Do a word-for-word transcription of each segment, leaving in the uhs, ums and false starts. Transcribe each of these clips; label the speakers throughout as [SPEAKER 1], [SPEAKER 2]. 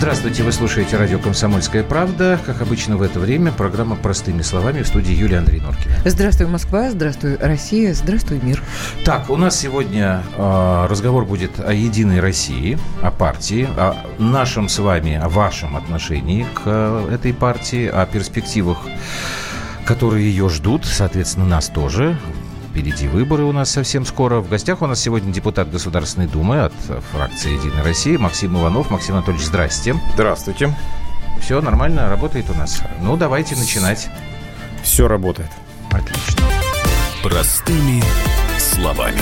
[SPEAKER 1] Здравствуйте, вы слушаете радио «Комсомольская правда». Как обычно в это время программа «Простыми словами» в студии Юлия Андрей Норкина.
[SPEAKER 2] Здравствуй, Москва, здравствуй, Россия, здравствуй, мир.
[SPEAKER 1] Так, у нас сегодня э, разговор будет о «Единой России», о партии, о нашем с вами, о вашем отношении к э, этой партии, о перспективах, которые ее ждут, соответственно, нас тоже. Впереди выборы у нас совсем скоро. В гостях у нас сегодня депутат Государственной Думы от фракции «Единая Россия» Максим Иванов. Максим Анатольевич, здрасте.
[SPEAKER 3] Здравствуйте.
[SPEAKER 1] Все нормально, работает у нас. Ну, давайте начинать.
[SPEAKER 3] Все работает.
[SPEAKER 1] Отлично.
[SPEAKER 4] Простыми словами.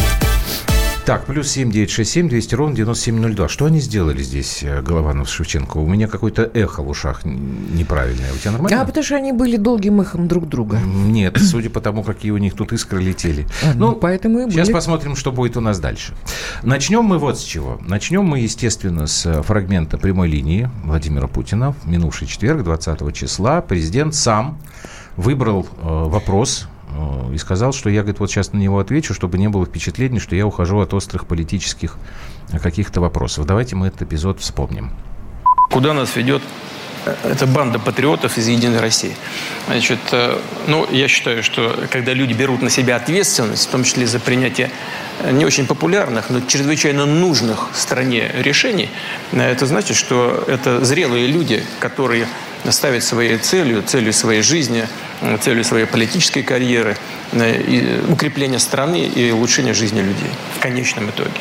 [SPEAKER 1] Так, плюс семь девятьсот шестьдесят семь двести ровно девяносто семь ноль два. Что они сделали здесь, Голованов, Шевченко? У меня какое-то эхо в ушах неправильное. У тебя нормально?
[SPEAKER 2] А потому что они были долгим эхом друг друга.
[SPEAKER 1] Нет, судя по тому, какие у них тут искры летели.
[SPEAKER 2] А, ну, поэтому и были.
[SPEAKER 1] Сейчас посмотрим, что будет у нас дальше. Начнем мы вот с чего. Начнем мы, естественно, с фрагмента прямой линии Владимира Путина. В минувший четверг, двадцатого числа, президент сам выбрал э, вопрос и сказал, что я, говорит, вот сейчас на него отвечу, чтобы не было впечатления, что я ухожу от острых политических каких-то вопросов. Давайте мы этот эпизод вспомним.
[SPEAKER 5] Куда нас ведет эта банда патриотов из «Единой России»? Значит, ну, я считаю, что когда люди берут на себя ответственность, в том числе за принятие не очень популярных, но чрезвычайно нужных стране решений, это значит, что это зрелые люди, которые ставят своей целью, целью своей жизни, целью своей политической карьеры, укрепление страны и улучшение жизни людей в конечном итоге.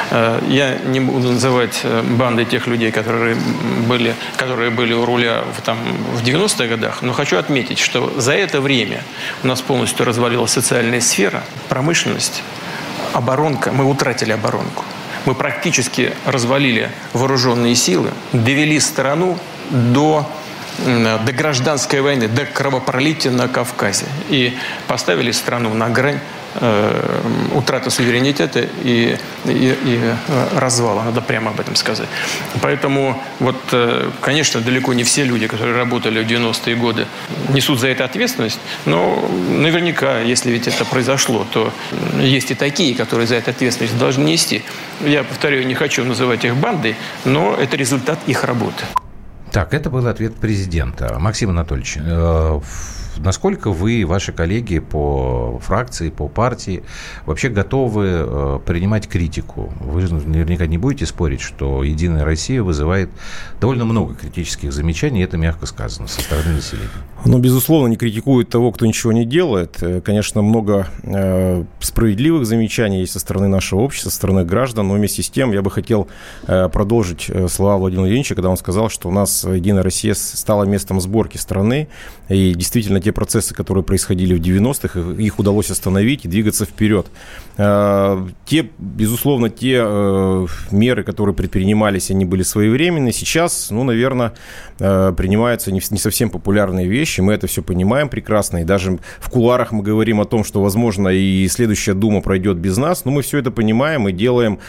[SPEAKER 5] Я не буду называть бандой тех людей, которые были, которые были у руля в, там, в девяностых годах, но хочу отметить, что за это время у нас полностью развалилась социальная сфера, промышленность, оборонка. Мы утратили оборонку. Мы практически развалили вооруженные силы, довели страну до... до гражданской войны, до кровопролития на Кавказе. И поставили страну на грань э, утраты суверенитета и, и, и развала. Надо прямо об этом сказать. Поэтому, вот, э, конечно, далеко не все люди, которые работали в девяностые годы, несут за это ответственность. Но наверняка, если ведь это произошло, то есть и такие, которые за это ответственность должны нести. Я повторяю, не хочу называть их бандой, но это результат их работы.
[SPEAKER 1] Так, это был ответ президента. Максим Анатольевич, э, насколько вы и ваши коллеги по фракции, по партии вообще готовы э, принимать критику? Вы же наверняка не будете спорить, что «Единая Россия» вызывает довольно много критических замечаний, это мягко сказано, со стороны населения.
[SPEAKER 3] Ну, безусловно, не критикует того, кто ничего не делает. Конечно, много э, справедливых замечаний есть со стороны нашего общества, со стороны граждан, но вместе с тем я бы хотел э, продолжить слова Владимира Владимировича, когда он сказал, что у нас «Единая Россия» стала местом сборки страны, и действительно те процессы, которые происходили в девяностых, их удалось остановить и двигаться вперед. Э, те, безусловно, те э, меры, которые предпринимались, они были своевременны. Сейчас, ну, наверное, э, принимаются не, не совсем популярные вещи. Мы это все понимаем прекрасно, и даже в кулуарах мы говорим о том, что, возможно, и следующая Дума пройдет без нас, но мы все это понимаем и делаем,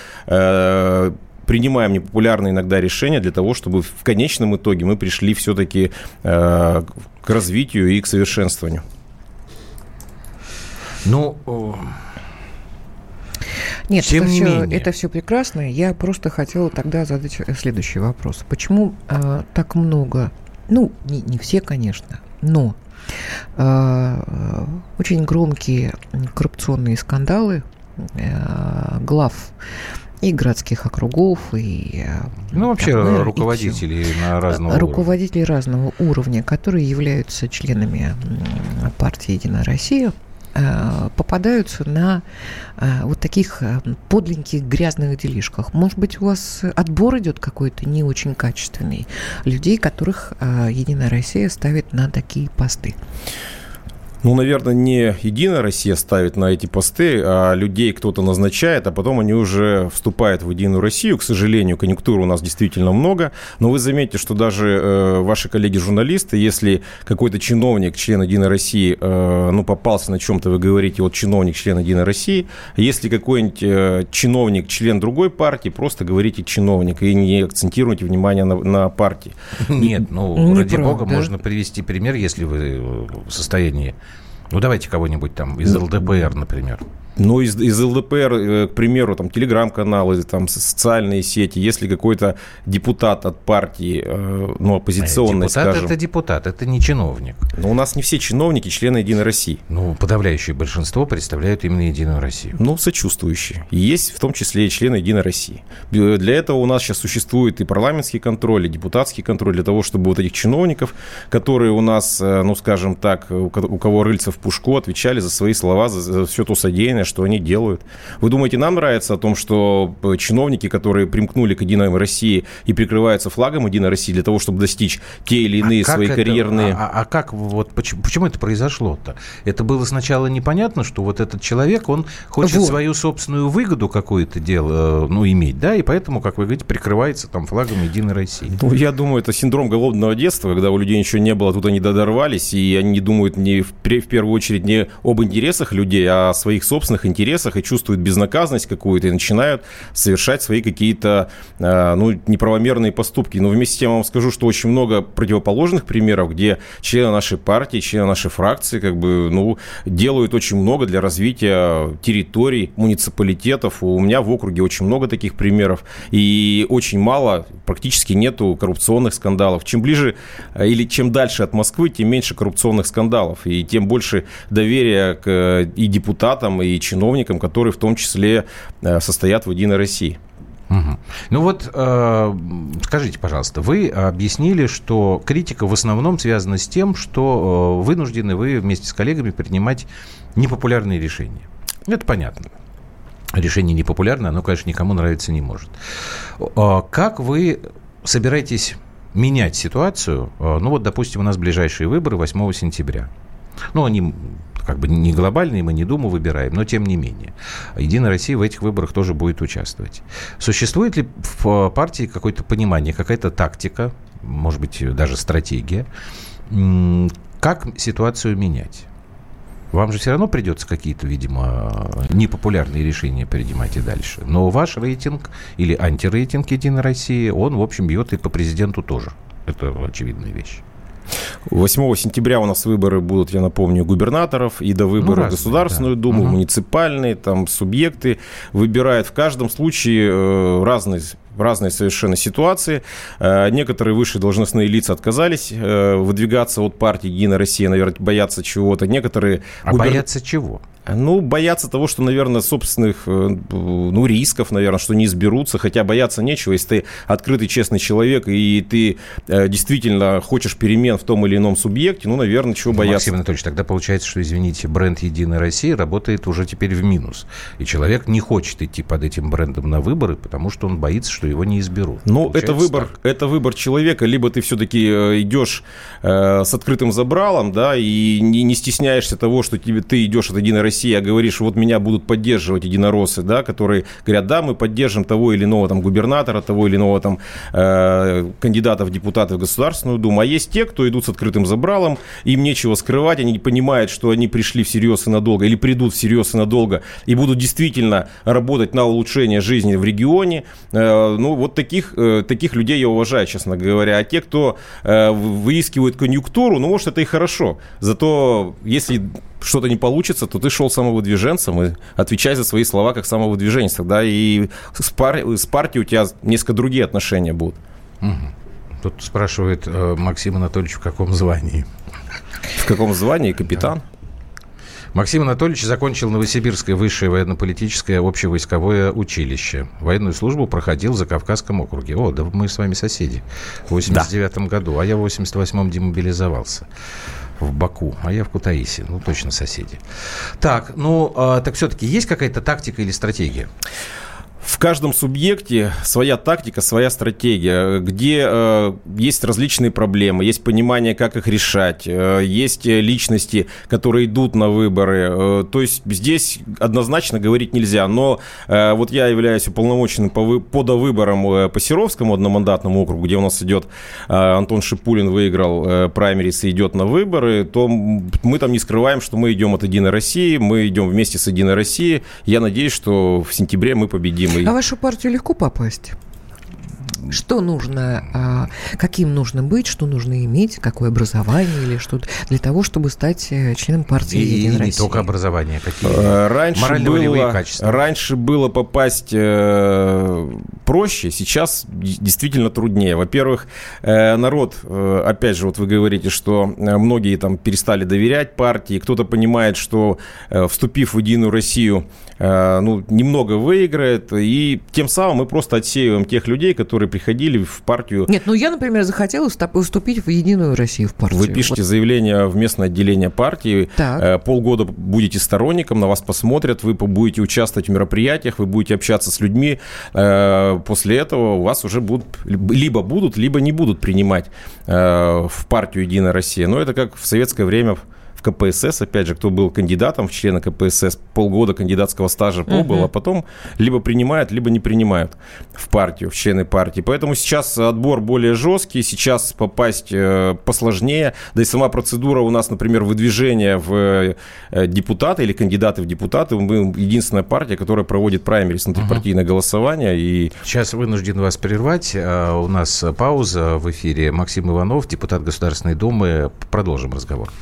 [SPEAKER 3] э, принимаем непопулярные иногда решения для того, чтобы в конечном итоге мы пришли все-таки э, к развитию и к совершенствованию.
[SPEAKER 1] Ну...
[SPEAKER 2] Нет,
[SPEAKER 1] Тем
[SPEAKER 2] это,
[SPEAKER 1] не
[SPEAKER 2] все,
[SPEAKER 1] менее.
[SPEAKER 2] это все прекрасно. Я просто хотела тогда задать следующий вопрос. Почему э, так много, ну, не, не все, конечно, но э, очень громкие коррупционные скандалы э, глав и городских округов, и...
[SPEAKER 1] Ну, вообще
[SPEAKER 2] там, мэра,
[SPEAKER 1] руководителей на разного
[SPEAKER 2] руководителей уровня. разного уровня, которые являются членами партии «Единая Россия», попадаются на вот таких подленьких грязных делишках. Может быть, у вас отбор идет какой-то не очень качественный людей, которых «Единая Россия» ставит на такие посты?
[SPEAKER 3] Ну, наверное, не «Единая Россия» ставит на эти посты, а людей кто-то назначает, а потом они уже вступают в «Единую Россию». К сожалению, конъюнктуры у нас действительно много. Но вы заметите, что даже э, ваши коллеги-журналисты, если какой-то чиновник, член «Единой России», э, ну, попался на чем-то, вы говорите, вот чиновник, член «Единой России», если какой-нибудь э, чиновник, член другой партии, просто говорите «чиновник» и не акцентируйте внимание на, на партии.
[SPEAKER 1] Нет, ну,
[SPEAKER 2] Не
[SPEAKER 1] ради
[SPEAKER 2] правда.
[SPEAKER 1] бога, можно привести пример, если вы в состоянии. Ну, давайте кого-нибудь там из ЛДПР, например.
[SPEAKER 3] Ну, из, из ЛДПР, к примеру, там, телеграм-каналы, там, социальные сети, если какой-то депутат от партии, ну, оппозиционной,
[SPEAKER 1] депутат
[SPEAKER 3] скажем...
[SPEAKER 1] это депутат, это не чиновник.
[SPEAKER 3] Но у нас не все чиновники члены «Единой России».
[SPEAKER 1] Ну, подавляющее большинство представляют именно «Единую Россию».
[SPEAKER 3] Ну, сочувствующие. И есть в том числе и члены «Единой России». Для этого у нас сейчас существует и парламентский контроль, и депутатский контроль, для того, чтобы вот этих чиновников, которые у нас, ну, скажем так, у кого рыльца в пушку, отвечали за свои слова, за, за все то содеянное, что они делают. Вы думаете, нам нравится о том, что чиновники, которые примкнули к «Единой России» и прикрываются флагом «Единой России» для того, чтобы достичь те или иные а свои
[SPEAKER 1] это,
[SPEAKER 3] карьерные...
[SPEAKER 1] А, а, а как, вот, почему, почему это произошло-то? Это было сначала непонятно, что вот этот человек, он хочет вот. свою собственную выгоду какое-то дело, ну, иметь, да, и поэтому, как вы говорите, прикрывается там флагом «Единой России».
[SPEAKER 3] Ну, я думаю, это синдром голодного детства, когда у людей ничего не было, тут они додорвались, и они не думают не в, в первую очередь не об интересах людей, а о своих собственных интересах, и чувствуют безнаказанность какую-то, и начинают совершать свои какие-то, ну, неправомерные поступки. Но вместе с тем я вам скажу, что очень много противоположных примеров, где члены нашей партии, члены нашей фракции, как бы, ну, делают очень много для развития территорий, муниципалитетов. У меня в округе очень много таких примеров, и очень мало, практически нету коррупционных скандалов. Чем ближе или чем дальше от Москвы, тем меньше коррупционных скандалов, и тем больше доверия к и депутатам, и чиновникам, которые в том числе состоят в «Единой России».
[SPEAKER 1] Угу. Ну вот, э, скажите, пожалуйста, вы объяснили, что критика в основном связана с тем, что э, вынуждены вы вместе с коллегами принимать непопулярные решения. Это понятно. Решение непопулярное, оно, конечно, никому нравиться не может. Э, как вы собираетесь менять ситуацию? Э, ну вот, допустим, у нас ближайшие выборы восьмого сентября. Ну, они как бы не глобальные, мы не Думу выбираем, но тем не менее. «Единая Россия» в этих выборах тоже будет участвовать. Существует ли в партии какое-то понимание, какая-то тактика, может быть, даже стратегия, как ситуацию менять? Вам же все равно придется какие-то, видимо, непопулярные решения принимать и дальше. Но ваш рейтинг или антирейтинг «Единой России», он, в общем, бьет и по президенту тоже. Это очевидная вещь.
[SPEAKER 3] восьмого сентября у нас выборы будут, я напомню, губернаторов, и до выборов ну, в Государственную да. Думу, угу. муниципальные, там субъекты выбирают в каждом случае разные, разные совершенно ситуации. Некоторые высшие должностные лица отказались выдвигаться от партии «Единая Россия», наверное, боятся чего-то. Некоторые...
[SPEAKER 1] А губер... боятся чего?
[SPEAKER 3] Ну, боятся того, что, наверное, собственных, ну, рисков, наверное, что не изберутся, хотя бояться нечего, если ты открытый, честный человек, и ты действительно хочешь перемен в том или ином субъекте, ну, наверное, чего бояться.
[SPEAKER 1] Максим Анатольевич, тогда получается, что, извините, бренд «Единая Россия» работает уже теперь в минус, и человек не хочет идти под этим брендом на выборы, потому что он боится, что его не изберут.
[SPEAKER 3] Ну, это выбор, это выбор человека, либо ты все-таки идешь э, с открытым забралом, да, и не, не стесняешься того, что тебе, ты идешь от «Единой России», а говоришь, вот меня будут поддерживать единороссы, да, которые говорят, да, мы поддержим того или иного там губернатора, того или иного там э, кандидата в депутаты в Государственную Думу. А есть те, кто идут с открытым забралом, им нечего скрывать, они не понимают, что они пришли всерьез и надолго, или придут всерьез и надолго, и будут действительно работать на улучшение жизни в регионе. Э, ну, вот таких, э, таких людей я уважаю, честно говоря. А те, кто э, выискивает конъюнктуру, ну, может, это и хорошо. Зато, если что-то не получится, то ты шел самовыдвиженцем и отвечай за свои слова как самовыдвиженец. Тогда и с, пар... с партией у тебя несколько другие отношения будут.
[SPEAKER 1] Угу. Тут спрашивает э, Максим Анатольевич, в каком звании?
[SPEAKER 3] В каком звании? Капитан? Да.
[SPEAKER 1] Максим Анатольевич закончил Новосибирское высшее военно-политическое общевойсковое училище. Военную службу проходил в Закавказском округе. О, да мы с вами соседи. В восемьдесят девятом да. году, а я в восемьдесят восьмом демобилизовался. В Баку, а я в Кутаиси. Ну, точно соседи. Так, ну, э, так все-таки есть какая-то тактика или стратегия?
[SPEAKER 3] В каждом субъекте своя тактика, своя стратегия, где э, есть различные проблемы, есть понимание, как их решать, э, есть личности, которые идут на выборы. Э, то есть здесь однозначно говорить нельзя. Но э, вот я являюсь уполномоченным по, вы, по довыборам по Серовскому одномандатному округу, где у нас идет э, Антон Шипулин выиграл э, праймерис и идет на выборы, то мы там не скрываем, что мы идем от «Единой России», мы идем вместе с «Единой Россией». Я надеюсь, что в сентябре мы победим.
[SPEAKER 2] А в вашу партию легко попасть? Что нужно, каким нужно быть, что нужно иметь, какое образование или что для того, чтобы стать членом партии «Единая Россия»?
[SPEAKER 1] И не только образование, какие
[SPEAKER 3] раньше
[SPEAKER 1] морально-волевые
[SPEAKER 3] было,
[SPEAKER 1] качества.
[SPEAKER 3] Раньше было попасть э, проще, сейчас действительно труднее. Во-первых, э, народ, э, опять же, вот вы говорите, что многие там перестали доверять партии, кто-то понимает, что э, вступив в «Единую Россию», э, ну, немного выиграет, и тем самым мы просто отсеиваем тех людей, которые приходили в партию.
[SPEAKER 2] Нет, ну я, например, захотела вступить в «Единую Россию», в партию.
[SPEAKER 3] Вы пишете вот заявление в местное отделение партии, так. полгода будете сторонником, на вас посмотрят, вы будете участвовать в мероприятиях, вы будете общаться с людьми, после этого у вас уже будут, либо будут, либо не будут принимать в партию «Единая Россия». Но это как в советское время в ка пэ эс эс, опять же, кто был кандидатом в члены ка пэ эс эс, полгода кандидатского стажа пробыл, uh-huh. а потом либо принимают, либо не принимают в партию, в члены партии. Поэтому сейчас отбор более жесткий, сейчас попасть э, посложнее, да и сама процедура у нас, например, выдвижения в э, депутаты или кандидаты в депутаты, мы единственная партия, которая проводит праймерис, внутрипартийное uh-huh. голосование. И...
[SPEAKER 1] Сейчас вынужден вас прервать, а у нас пауза в эфире. Максим Иванов, депутат Государственной Думы. Продолжим разговор.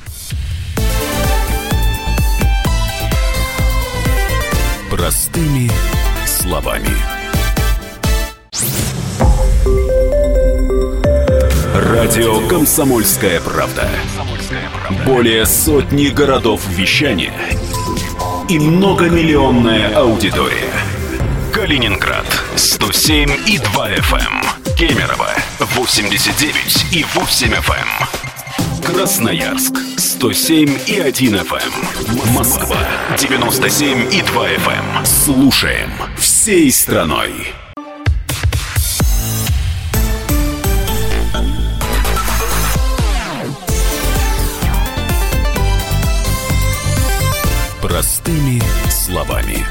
[SPEAKER 4] Простыми словами. Радио «Комсомольская правда». Более сотни городов вещания и многомиллионная аудитория. Калининград сто семь и два эф эм, Кемерово восемьдесят девять и восемь эф эм. Красноярск сто семь и один эф эм. Москва девяносто семь и два эф эм. Слушаем всей страной. Простыми словами.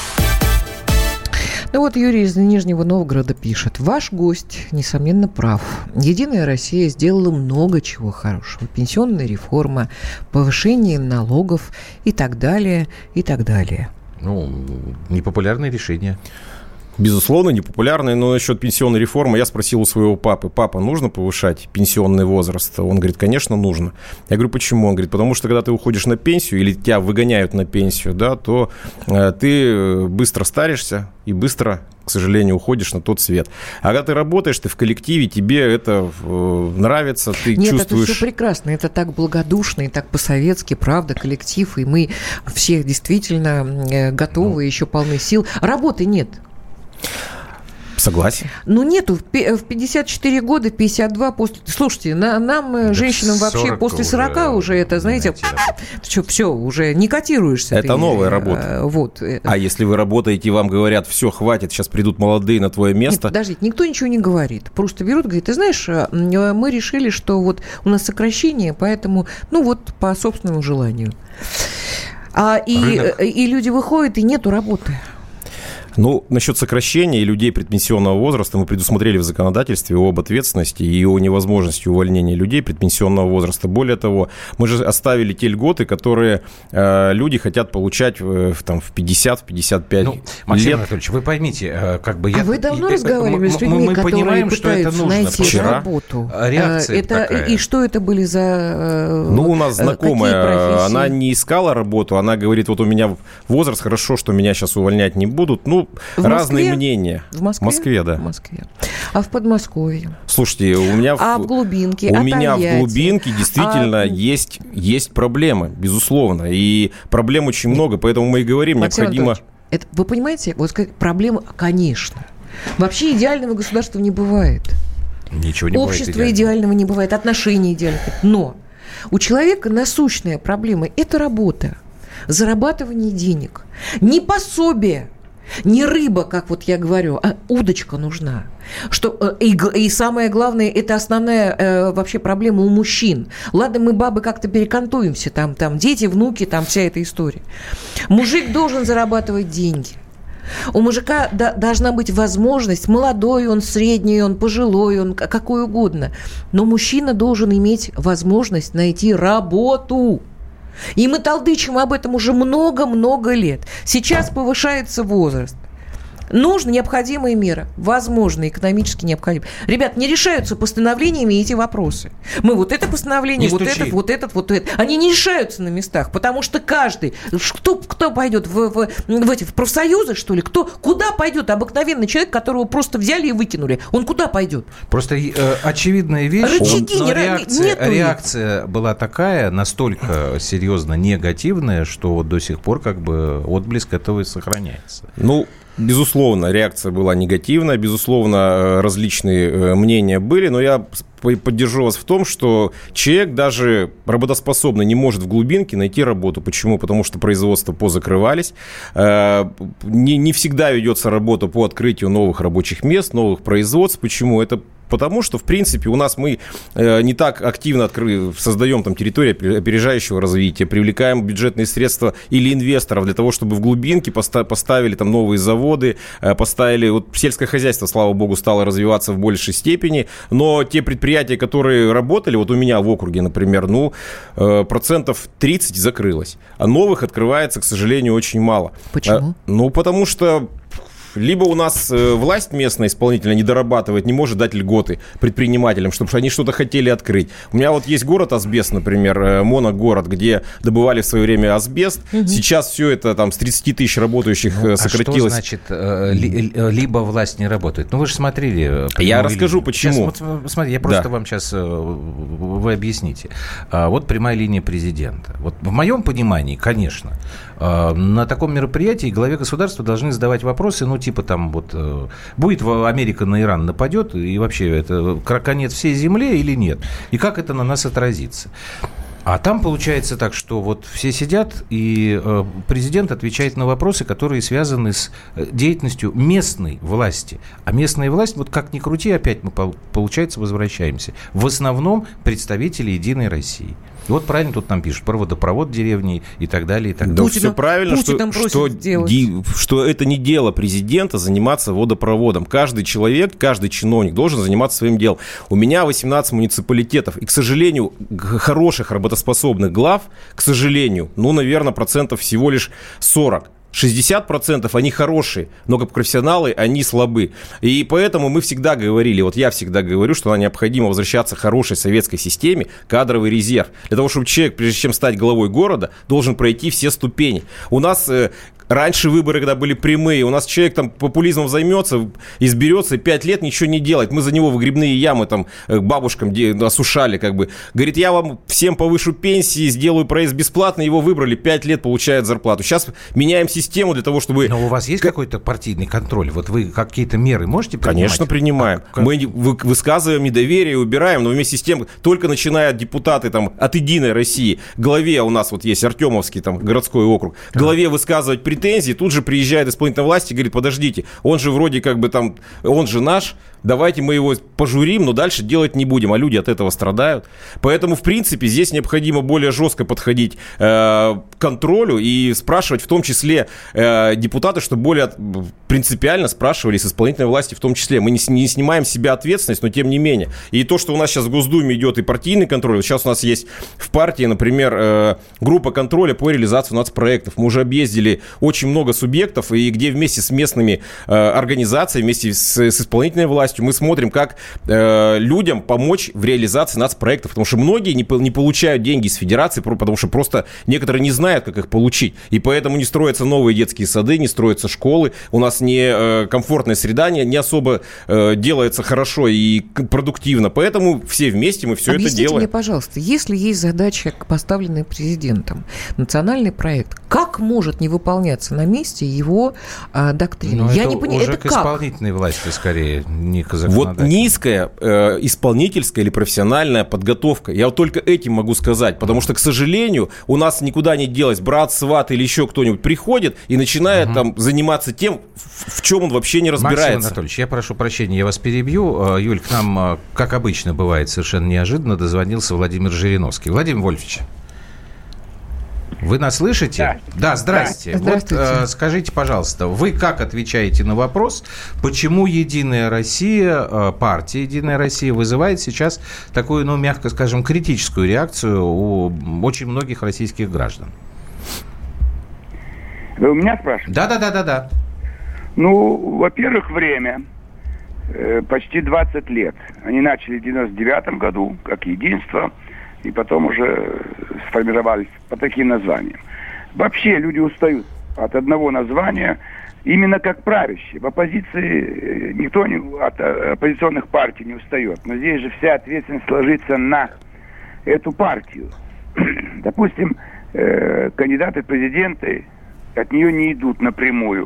[SPEAKER 2] Ну вот Юрий из Нижнего Новгорода пишет. Ваш гость, несомненно, прав. «Единая Россия» сделала много чего хорошего. Пенсионная реформа, повышение налогов и так далее, и так далее.
[SPEAKER 1] Ну, непопулярное решение.
[SPEAKER 3] Безусловно, непопулярный, но насчет пенсионной реформы я спросил у своего папы: папа, нужно повышать пенсионный возраст? Он говорит, конечно, нужно. Я говорю, почему? Он говорит, потому что когда ты уходишь на пенсию или тебя выгоняют на пенсию, да, то э, ты быстро старишься и быстро, к сожалению, уходишь на тот свет. А когда ты работаешь, ты в коллективе, тебе это э, нравится, ты
[SPEAKER 2] Нет,
[SPEAKER 3] чувствуешь...
[SPEAKER 2] Нет, это все прекрасно, это так благодушно и так по-советски, правда, коллектив, и мы все действительно э, готовы, ну... еще полны сил. Работы нет.
[SPEAKER 3] Согласен.
[SPEAKER 2] Ну, нету. В пятьдесят четыре года, пятьдесят два после... Слушайте, на, нам, да женщинам, вообще после сорока уже, уже это, знаете, все, все, уже не котируешься.
[SPEAKER 3] Это ты, новая работа.
[SPEAKER 2] А, вот.
[SPEAKER 3] А если вы работаете, и вам говорят, все, хватит, сейчас придут молодые на твое место...
[SPEAKER 2] Нет, подождите, никто ничего не говорит. Просто берут, говорят, ты знаешь, мы решили, что вот у нас сокращение, поэтому, ну, вот по собственному желанию. А, и, и люди выходят, и нету работы.
[SPEAKER 3] Ну, насчет сокращения людей предпенсионного возраста мы предусмотрели в законодательстве об ответственности и о невозможности увольнения людей предпенсионного возраста. Более того, мы же оставили те льготы, которые э, люди хотят получать в, там, в пятьдесят, в пятьдесят пять ну,
[SPEAKER 1] Максим
[SPEAKER 3] лет.
[SPEAKER 1] Анатольевич, вы поймите, э, как бы я...
[SPEAKER 2] А вы давно и, разговаривали
[SPEAKER 1] мы,
[SPEAKER 2] с людьми,
[SPEAKER 1] мы
[SPEAKER 2] которые
[SPEAKER 1] понимаем,
[SPEAKER 2] пытаются
[SPEAKER 1] что это нужно.
[SPEAKER 2] найти
[SPEAKER 3] Вчера
[SPEAKER 2] работу?
[SPEAKER 1] Реакция
[SPEAKER 2] это,
[SPEAKER 1] такая.
[SPEAKER 2] И что это были за э,
[SPEAKER 3] Ну, у нас знакомая, она не искала работу, она говорит, вот у меня возраст, хорошо, что меня сейчас увольнять не будут. Ну,
[SPEAKER 2] в
[SPEAKER 3] разные
[SPEAKER 2] Москве?
[SPEAKER 3] мнения.
[SPEAKER 2] В Москве?
[SPEAKER 3] В Москве, да.
[SPEAKER 2] В Москве. А в Подмосковье?
[SPEAKER 3] Слушайте, у меня...
[SPEAKER 2] А в глубинке?
[SPEAKER 3] У
[SPEAKER 2] а
[SPEAKER 3] меня
[SPEAKER 2] Тольятти?
[SPEAKER 3] в глубинке действительно
[SPEAKER 2] а...
[SPEAKER 3] есть, есть проблемы, безусловно. И проблем очень много, поэтому мы и говорим,
[SPEAKER 2] Максим
[SPEAKER 3] необходимо...
[SPEAKER 2] Это, вы понимаете, вот сказать, проблемы, конечно. Вообще идеального государства не бывает.
[SPEAKER 1] Ничего не
[SPEAKER 2] Общества
[SPEAKER 1] бывает
[SPEAKER 2] идеального не бывает, отношений идеальных. Но у человека насущная проблема – это работа, зарабатывание денег. Не пособие, не рыба, как вот я говорю, а удочка нужна. Что, и, и самое главное, это основная э, вообще проблема у мужчин. Ладно, мы, бабы, как-то перекантуемся, там, там дети, внуки, там вся эта история. Мужик должен зарабатывать деньги. У мужика да, должна быть возможность, молодой он, средний он, пожилой он, какой угодно. Но мужчина должен иметь возможность найти работу. И мы толдычим об этом уже много-много лет. Сейчас повышается возраст. Нужны необходимые меры, возможно, экономически необходимые. Ребят, не решаются постановлениями эти вопросы. Мы вот это постановление, вот этот, вот этот, вот это. Они не решаются на местах, потому что каждый, кто, кто пойдет в, в, в эти в профсоюзы, что ли, кто, куда пойдет обыкновенный человек, которого просто взяли и выкинули, он куда пойдет?
[SPEAKER 1] Просто э, очевидная вещь,
[SPEAKER 2] Рычаги,
[SPEAKER 1] но
[SPEAKER 2] не,
[SPEAKER 1] реакция, реакция была такая, настолько серьезно негативная, что вот до сих пор как бы отблеск этого и сохраняется.
[SPEAKER 3] Ну, безусловно, реакция была негативная, безусловно, различные мнения были, но я поддержу вас в том, что человек даже работоспособный не может в глубинке найти работу. Почему? Потому что производства позакрывались. Не, не всегда ведется работа по открытию новых рабочих мест, новых производств. Почему? Это потому что, в принципе, у нас мы не так активно откры... создаем там территории опережающего развития, привлекаем бюджетные средства или инвесторов для того, чтобы в глубинке поста... поставили там новые заводы, поставили... Вот сельское хозяйство, слава богу, стало развиваться в большей степени, но те предприятия, которые работали, вот у меня в округе, например, ну, процентов тридцать закрылось, а новых открывается, к сожалению, очень мало.
[SPEAKER 2] Почему?
[SPEAKER 3] Ну, потому что либо у нас власть местная исполнительная не дорабатывает, не может дать льготы предпринимателям, чтобы они что-то хотели открыть. У меня вот есть город Асбест, например, моногород, где добывали в свое время асбест. Угу. Сейчас все это там с тридцать тысяч работающих ну, сократилось.
[SPEAKER 1] А что значит, ли, либо власть не работает? Ну, вы же смотрели.
[SPEAKER 3] Я расскажу, линию. Почему.
[SPEAKER 1] Сейчас, вот, смотри, я просто да. вам сейчас, вы объясните. Вот прямая линия президента. Вот в моем понимании, конечно, на таком мероприятии главе государства должны задавать вопросы, ну, типа там вот, будет Америка на Иран нападет, и вообще это конец всей земле или нет? И как это на нас отразится? А там получается так, что вот все сидят, и э, президент отвечает на вопросы, которые связаны с деятельностью местной власти. А местная власть, вот как ни крути, опять мы, получается, возвращаемся. В основном представители «Единой России». И вот правильно тут нам пишут про водопровод деревни и так далее. И так далее.
[SPEAKER 3] Да, все правильно, что, что, ди, что это не дело президента заниматься водопроводом. Каждый человек, каждый чиновник должен заниматься своим делом. У меня восемнадцать муниципалитетов, и, к сожалению, хороших работоспособных глав, к сожалению, ну, наверное, процентов всего лишь сорок. шестьдесят процентов они хорошие, но как профессионалы они слабы. И поэтому мы всегда говорили, вот я всегда говорю, что необходимо возвращаться к хорошей советской системе, кадровый резерв. Для того, чтобы человек, прежде чем стать главой города, должен пройти все ступени. У нас... Раньше выборы, когда были прямые, у нас человек там популизмом займется, изберется, и пять лет ничего не делает. Мы за него выгребные ямы там бабушкам осушали, как бы. Говорит, я вам всем повышу пенсии, сделаю проезд бесплатно, его выбрали, пять лет получает зарплату. Сейчас меняем систему для того, чтобы...
[SPEAKER 1] Но у вас есть какой-то партийный контроль? Вот вы какие-то меры можете принимать?
[SPEAKER 3] Конечно, принимаем. Как, как... Мы высказываем недоверие, убираем, но вместе с тем, только начинают депутаты там от «Единой России», главе у нас вот есть Артемовский там городской округ, главе высказывать претензии, тут же приезжает исполнительная власть и говорит, подождите, он же вроде как бы там, он же наш, давайте мы его пожурим, но дальше делать не будем, а люди от этого страдают. Поэтому, в принципе, здесь необходимо более жестко подходить э, к контролю и спрашивать, в том числе э, депутаты, чтобы более принципиально спрашивали с исполнительной власти в том числе. Мы не, не снимаем с себя ответственность, но тем не менее. И то, что у нас сейчас в Госдуме идет и партийный контроль, вот сейчас у нас есть в партии, например, э, группа контроля по реализации нацпроектов. Мы уже объездили очень много субъектов, и где вместе с местными э, организациями, вместе с, с исполнительной властью мы смотрим, как э, людям помочь в реализации нацпроектов, потому что многие не, не получают деньги из федерации, потому что просто некоторые не знают, как их получить, и поэтому не строятся новые детские сады, не строятся школы, у нас не э, комфортная среда, не, не особо э, делается хорошо и продуктивно, поэтому все вместе мы все
[SPEAKER 2] Объясните
[SPEAKER 3] это делаем.
[SPEAKER 2] Мне, пожалуйста, если есть задача, поставленная президентом, национальный проект, как может не выполняться на месте его э, доктрина?
[SPEAKER 1] Но
[SPEAKER 2] Я
[SPEAKER 1] это
[SPEAKER 2] не понимаю,
[SPEAKER 1] уже
[SPEAKER 2] это
[SPEAKER 1] к
[SPEAKER 2] как?
[SPEAKER 1] исполнительной власти скорее, не к
[SPEAKER 3] Вот низкая э, исполнительская или профессиональная подготовка. Я вот только этим могу сказать, потому что, к сожалению, у нас никуда не делось. Брат, сват или еще кто-нибудь приходит и начинает угу. там заниматься тем, в, в чем он вообще не разбирается.
[SPEAKER 1] Максим Анатольевич, я прошу прощения, я вас перебью. Юль, к нам, как обычно бывает, совершенно неожиданно дозвонился Владимир Жириновский. Владимир Вольфович. Вы нас слышите? Да, да здрасте. Да. Здравствуйте. Вот, э, скажите, пожалуйста, вы как отвечаете на вопрос, почему «Единая Россия», э, партия «Единая Россия» вызывает сейчас такую, ну, мягко скажем, критическую реакцию у очень многих российских граждан?
[SPEAKER 6] Вы у меня спрашиваете?
[SPEAKER 1] Да, да, да, да, да.
[SPEAKER 6] Ну, во-первых, время. Почти двадцать лет. Они начали в девяносто девятом году, как единство, и потом уже сформировались по таким названиям. Вообще люди устают от одного названия, именно как правящие. В оппозиции никто не, от оппозиционных партий не устает. Но здесь же вся ответственность ложится на эту партию. Допустим, э, кандидаты в президенты от нее не идут напрямую.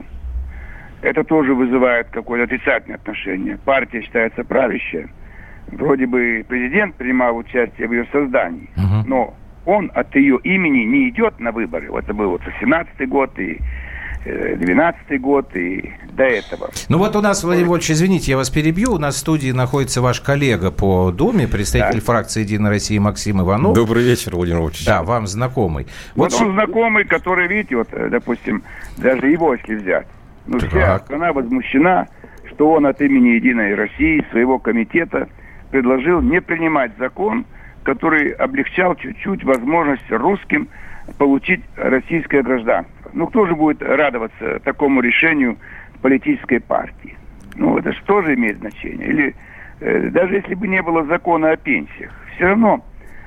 [SPEAKER 6] Это тоже вызывает какое-то отрицательное отношение. Партия считается правящая. Вроде бы президент принимал участие в ее создании, uh-huh. но он от ее имени не идет на выборы. Вот это был вот семнадцатый год и двенадцатый год и до этого.
[SPEAKER 1] Ну вот у нас, Владимир Вольфович, извините, я вас перебью. У нас в студии находится ваш коллега по Думе, представитель да. фракции «Единая Россия» Максим Иванов.
[SPEAKER 3] Добрый вечер, Владимир Вольфович.
[SPEAKER 1] Да, вам знакомый.
[SPEAKER 6] Вот, вот он знакомый, который, видите, вот, допустим, даже его, если взять. Ну, так. Вся страна возмущена, что он от имени «Единой России», своего комитета, предложил не принимать закон, который облегчал чуть-чуть возможность русским получить российское гражданство. Ну, кто же будет радоваться такому решению политической партии? Ну, это же тоже имеет значение. Или э, даже если бы не было закона о пенсиях, все равно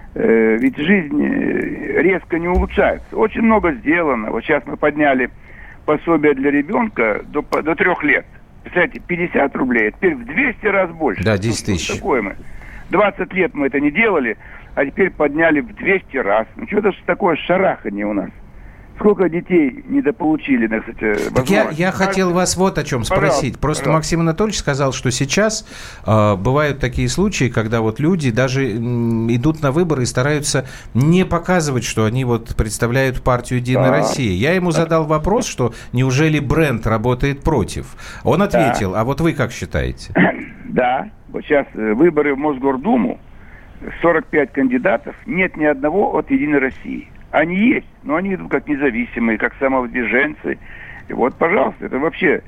[SPEAKER 6] э, ведь жизнь резко не улучшается. Очень много сделано. Вот сейчас мы подняли пособие для ребенка до, до трех лет. Представляете, пятьдесят рублей, а теперь в двести раз больше.
[SPEAKER 1] Да, десять тысяч.
[SPEAKER 6] Ну, такое мы. двадцать лет мы это не делали, а теперь подняли в двести раз. Ну, что-то такое шараханье у нас. Сколько детей недополучили, да, кстати,
[SPEAKER 1] так я, я хотел вас вот о чем спросить. Пожалуйста, Просто пожалуйста. Максим Анатольевич сказал, что сейчас э, бывают такие случаи, когда вот люди даже э, идут на выборы и стараются не показывать, что они вот представляют партию «Единая да. Россия». Я ему задал вопрос, что неужели бренд работает против? Он ответил, да. а вот вы как считаете?
[SPEAKER 6] Да, вот сейчас выборы в Мосгордуму, сорок пять кандидатов, нет ни одного от «Единой России». Они есть, но они идут как независимые, как самовыдвиженцы. И вот, пожалуйста, это вообще...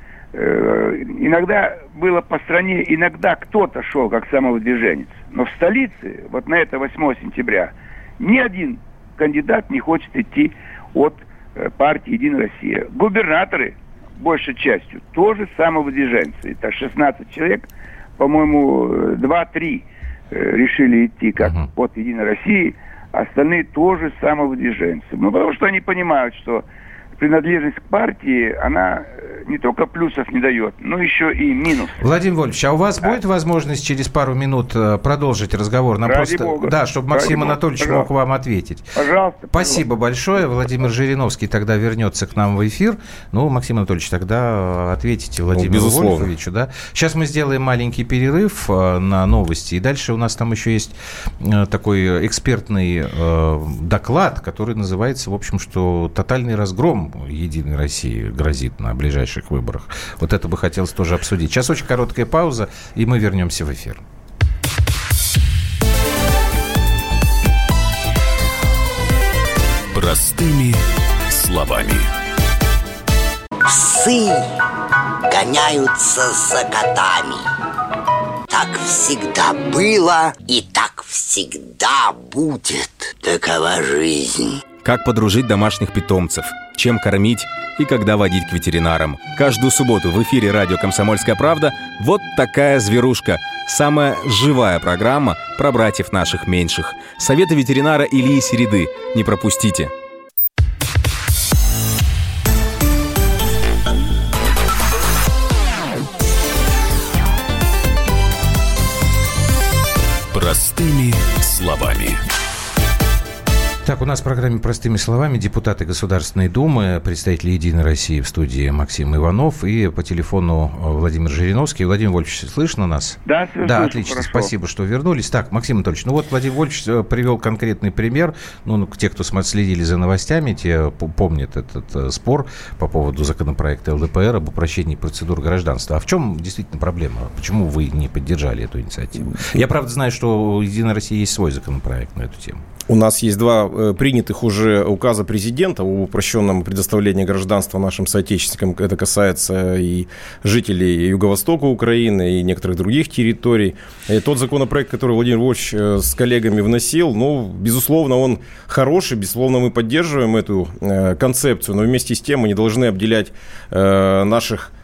[SPEAKER 6] Э, иногда было по стране, иногда кто-то шел как самовыдвиженец. Но в столице, вот на это восьмое сентября, ни один кандидат не хочет идти от э, партии «Единая Россия». Губернаторы, большей частью, тоже самовыдвиженцы. Это шестнадцать человек, по-моему, два-три э, решили идти как uh-huh. от «Единой России». Остальные тоже самовыдвиженцы. Ну, потому что они понимают, что принадлежность к партии, она не только плюсов не дает, но еще и минусов.
[SPEAKER 1] Владимир Вольфович, а у вас да. будет возможность через пару минут продолжить разговор? Нам
[SPEAKER 6] Ради
[SPEAKER 1] просто...
[SPEAKER 6] Бога.
[SPEAKER 1] Да, чтобы Максим Ради Анатольевич Бога. мог вам ответить.
[SPEAKER 6] Пожалуйста.
[SPEAKER 1] Спасибо
[SPEAKER 6] пожалуйста.
[SPEAKER 1] большое. Владимир Жириновский тогда вернется к нам в эфир. Ну, Максим Анатольевич, тогда ответите Владимиру ну, Вольфовичу. Да? Сейчас мы сделаем маленький перерыв на новости. И дальше у нас там еще есть такой экспертный доклад, который называется, в общем, что тотальный разгром «Единой России» грозит на ближайших выборах. Вот это бы хотелось тоже обсудить. Сейчас очень короткая пауза, и мы вернемся в эфир.
[SPEAKER 4] Простыми словами.
[SPEAKER 7] Псы гоняются за котами. Так всегда было и так всегда будет. Такова жизнь.
[SPEAKER 8] Как подружить домашних питомцев, чем кормить и когда водить к ветеринарам. Каждую субботу в эфире радио «Комсомольская правда» вот такая зверушка. Самая живая программа про братьев наших меньших. Советы ветеринара Ильи Середы. Не пропустите.
[SPEAKER 4] Простыми словами.
[SPEAKER 1] Так, у нас в программе «Простыми словами» депутаты Государственной Думы, представители «Единой России» в студии Максим Иванов и по телефону Владимир Жириновский. Владимир Вольфович, слышно нас?
[SPEAKER 6] Да, слышу.
[SPEAKER 1] Да, отлично, хорошо. Спасибо, что вернулись. Так, Максим Анатольевич, ну вот Владимир Вольфович привел конкретный пример. Ну, те, кто следили за новостями, те помнят этот спор по поводу законопроекта эл дэ пэ эр об упрощении процедур гражданства. А в чем действительно проблема? Почему вы не поддержали эту инициативу? Я, правда, знаю, что у «Единой России» есть свой законопроект на эту тему.
[SPEAKER 3] У нас есть два э, принятых уже указа президента о упрощенном предоставлении гражданства нашим соотечественникам. Это касается и жителей Юго-Востока Украины, и некоторых других территорий. И тот законопроект, который Владимир Вольфович э, с коллегами вносил, ну, безусловно, он хороший, безусловно, мы поддерживаем эту э, концепцию, но вместе с тем мы не должны обделять э, наших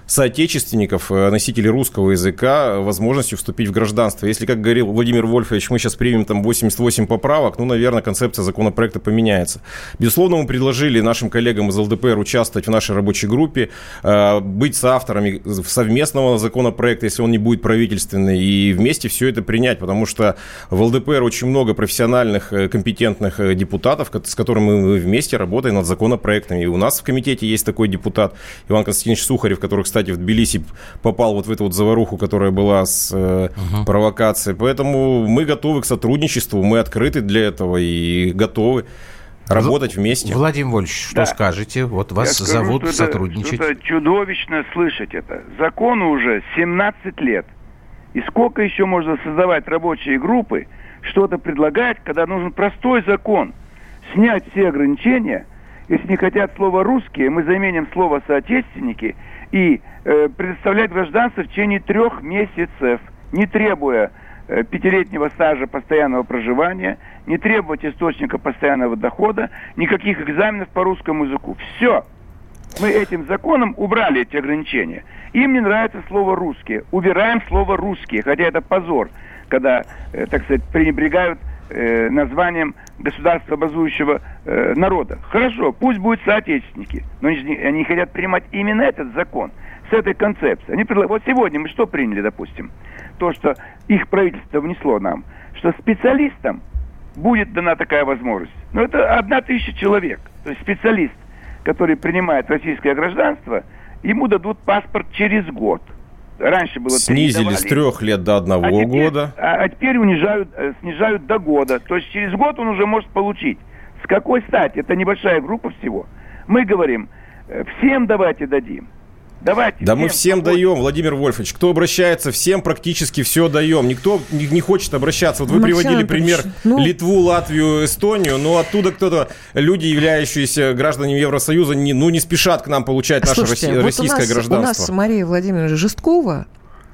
[SPEAKER 3] соотечественников, носителей русского языка, возможностью вступить в гражданство. Если, как говорил Владимир Вольфович, мы сейчас примем там восемьдесят восемь поправок, ну, наверное, концепция законопроекта поменяется. Безусловно, мы предложили нашим коллегам из эл дэ пэ эр участвовать в нашей рабочей группе, быть соавторами совместного законопроекта, если он не будет правительственный, и вместе все это принять, потому что в эл дэ пэ эр очень много профессиональных, компетентных депутатов, с которыми мы вместе работаем над законопроектами. И у нас в комитете есть такой депутат Иван Константинович Сухарев, который, кстати, в Тбилиси попал вот в эту вот заваруху, которая была с э, uh-huh. провокацией. Поэтому мы готовы к сотрудничеству, мы открыты для этого и готовы работать вместе.
[SPEAKER 1] Владимир Вольфович, что да. скажете? Вот вас
[SPEAKER 6] скажу,
[SPEAKER 1] зовут
[SPEAKER 6] что
[SPEAKER 1] сотрудничать.
[SPEAKER 6] Это, это чудовищно слышать это. Закону уже семнадцать лет. И сколько еще можно создавать рабочие группы, что-то предлагать, когда нужен простой закон. Снять все ограничения. Если не хотят слова «русские», мы заменим слово «соотечественники» и э, предоставлять гражданство в течение трех месяцев, не требуя э, пятилетнего стажа постоянного проживания, не требовать источника постоянного дохода, никаких экзаменов по русскому языку. Все. Мы этим законом убрали эти ограничения. Им не нравится слово «русские». Убираем слово «русские», хотя это позор, когда, э, так сказать, пренебрегают э, названием государствообразующего э, народа. Хорошо, пусть будут соотечественники, но они, они хотят принимать именно этот закон с этой концепцией. Они предлагают, вот сегодня мы что приняли, допустим? То, что их правительство внесло нам, что специалистам будет дана такая возможность. Но это одна тысяча человек. То есть специалист, который принимает российское гражданство, ему дадут паспорт через год. Раньше было
[SPEAKER 3] снизили с трех лет до одного а теперь, года.
[SPEAKER 6] А, а теперь унижают, снижают до года. То есть через год он уже может получить. С какой стати? Это небольшая группа всего. Мы говорим, всем давайте дадим. Давайте.
[SPEAKER 3] Да всем мы всем помочь. Даем, Владимир Вольфович. Кто обращается, всем практически все даем. Никто не, не хочет обращаться. Вот вы Максим приводили пример ну... Литву, Латвию, Эстонию, но оттуда кто-то, люди, являющиеся гражданами Евросоюза, не, ну, не спешат к нам получать наше Слушайте, россий, вот российское у нас, гражданство.
[SPEAKER 2] У нас Мария Владимировна Жесткова,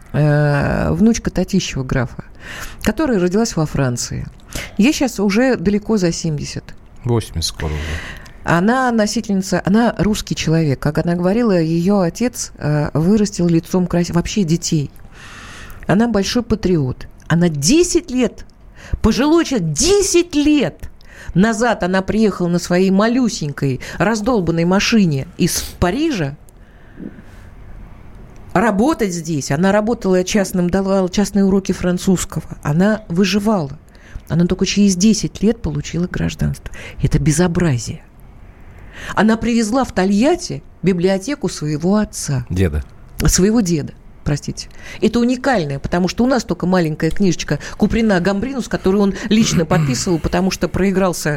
[SPEAKER 2] э, внучка Татищева графа, которая родилась во Франции. Ей сейчас уже далеко за семьдесят.
[SPEAKER 1] восемьдесят скоро уже.
[SPEAKER 2] Она носительница, она русский человек. Как она говорила, ее отец э, вырастил лицом крас... вообще детей. Она большой патриот. Она десять лет, пожилой человек, десять лет назад она приехала на своей малюсенькой, раздолбанной машине из Парижа работать здесь. Она работала частным, давала частные уроки французского. Она выживала. Она только через десять лет получила гражданство. Это безобразие. Она привезла в Тольятти библиотеку своего отца.
[SPEAKER 1] Деда.
[SPEAKER 2] Своего деда, простите. Это уникальное, потому что у нас только маленькая книжечка Куприна Гамбринус, которую он лично подписывал, потому что проигрался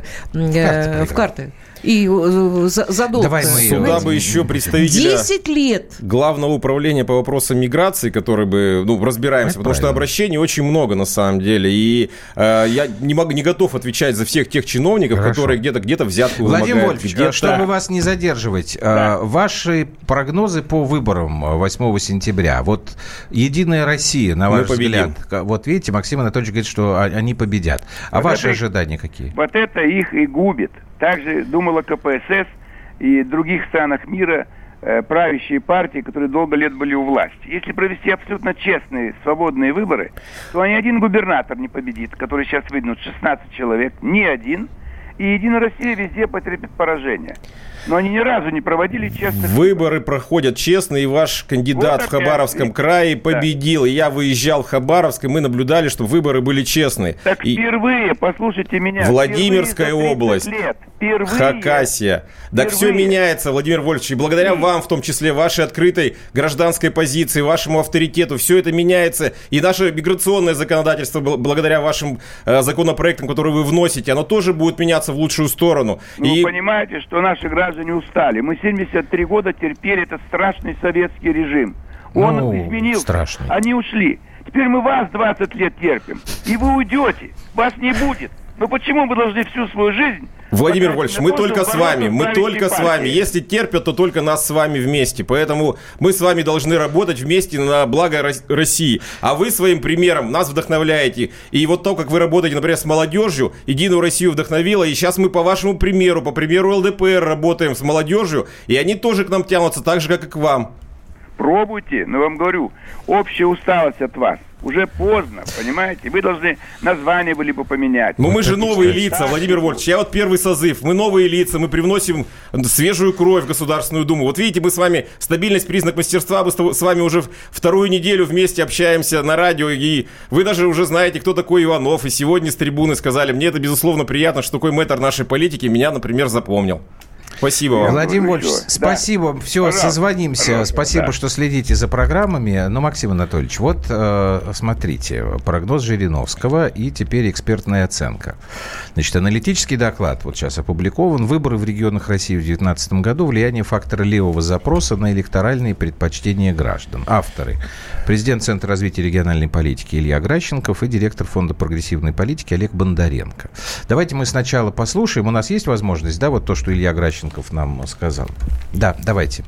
[SPEAKER 2] э, в карты. И задолго.
[SPEAKER 3] Давай мы сюда бы еще представителя
[SPEAKER 2] десять лет
[SPEAKER 3] Главного управления по вопросам миграции, который бы, ну, разбираемся, это потому правильно. Что обращений очень много на самом деле. И э, я не могу, не готов отвечать за всех тех чиновников, Хорошо. Которые где-то, где-то взятку
[SPEAKER 1] Владимир
[SPEAKER 3] вымогают.
[SPEAKER 1] Вольфович,
[SPEAKER 3] где-то...
[SPEAKER 1] чтобы вас не задерживать, да. э, ваши прогнозы по выборам восьмого сентября. Вот «Единая Россия», на ваш взгляд, вот видите, Максим Анатольевич говорит, что они победят. А вот ваши это, ожидания какие?
[SPEAKER 6] Вот это их и губит. Также думала ка пэ эс эс и в других странах мира э, правящие партии, которые долго лет были у власти. Если провести абсолютно честные, свободные выборы, то ни один губернатор не победит, который сейчас выдвинут шестнадцать человек, ни один. И «Единая Россия» везде потерпит поражение. Но они ни разу не проводили честных
[SPEAKER 3] выборы. проходят честно, и ваш кандидат вот в Хабаровском крае победил. Да. И я выезжал в Хабаровск, и мы наблюдали, что выборы были честные.
[SPEAKER 6] Так
[SPEAKER 3] и...
[SPEAKER 6] впервые, послушайте меня.
[SPEAKER 3] Владимирская область,
[SPEAKER 6] лет,
[SPEAKER 3] Хакасия. Так все меняется, Владимир Вольфович. И благодаря и... вам, в том числе, вашей открытой гражданской позиции, вашему авторитету, все это меняется. И наше миграционное законодательство, благодаря вашим э, законопроектам, которые вы вносите, оно тоже будет меняться в лучшую сторону.
[SPEAKER 6] Ну,
[SPEAKER 3] и...
[SPEAKER 6] Вы понимаете, что наши граждане не устали. Мы семьдесят три года терпели этот страшный советский режим. Он ну, изменился. Страшный. Они ушли. Теперь мы вас двадцать лет терпим. И вы уйдете. Вас не будет. Но почему мы должны всю свою жизнь...
[SPEAKER 3] Владимир Вольфович, мы только с вами, мы только с вами. Если терпят, то только нас с вами вместе. Поэтому мы с вами должны работать вместе на благо России. А вы своим примером нас вдохновляете. И вот то, как вы работаете, например, с молодежью, «Единую Россию» вдохновила. И сейчас мы по вашему примеру, по примеру эл дэ пэ эр работаем с молодежью. И они тоже к нам тянутся так же, как и к вам.
[SPEAKER 6] Пробуйте, но вам говорю, общая усталость от вас. Уже поздно, понимаете? Вы должны название были бы поменять.
[SPEAKER 3] Ну,
[SPEAKER 6] вот
[SPEAKER 3] мы же новые сказать. лица, Владимир Вольфович. Я вот первый созыв. Мы новые лица, мы привносим свежую кровь в Государственную Думу. Вот видите, мы с вами, стабильность, признак мастерства, мы с вами уже вторую неделю вместе общаемся на радио, и вы даже уже знаете, кто такой Иванов. И сегодня с трибуны сказали, мне это, безусловно, приятно, что такой мэтр нашей политики меня, например, запомнил. Спасибо вам.
[SPEAKER 1] Владимир Вольфович, спасибо. Да. Все, пожалуйста, созвонимся. Пожалуйста, спасибо, да. что следите за программами. Но, Максим Анатольевич, вот э, смотрите, прогноз Жириновского и теперь экспертная оценка. Значит, аналитический доклад вот сейчас опубликован. Выборы в регионах России в две тысячи девятнадцатом году. Влияние фактора левого запроса на электоральные предпочтения граждан. Авторы. Президент Центра развития региональной политики Илья Гращенков и директор Фонда прогрессивной политики Олег Бондаренко. Давайте мы сначала послушаем. У нас есть возможность, да, вот то, что Илья Гращенков нам сказал. Да, давайте.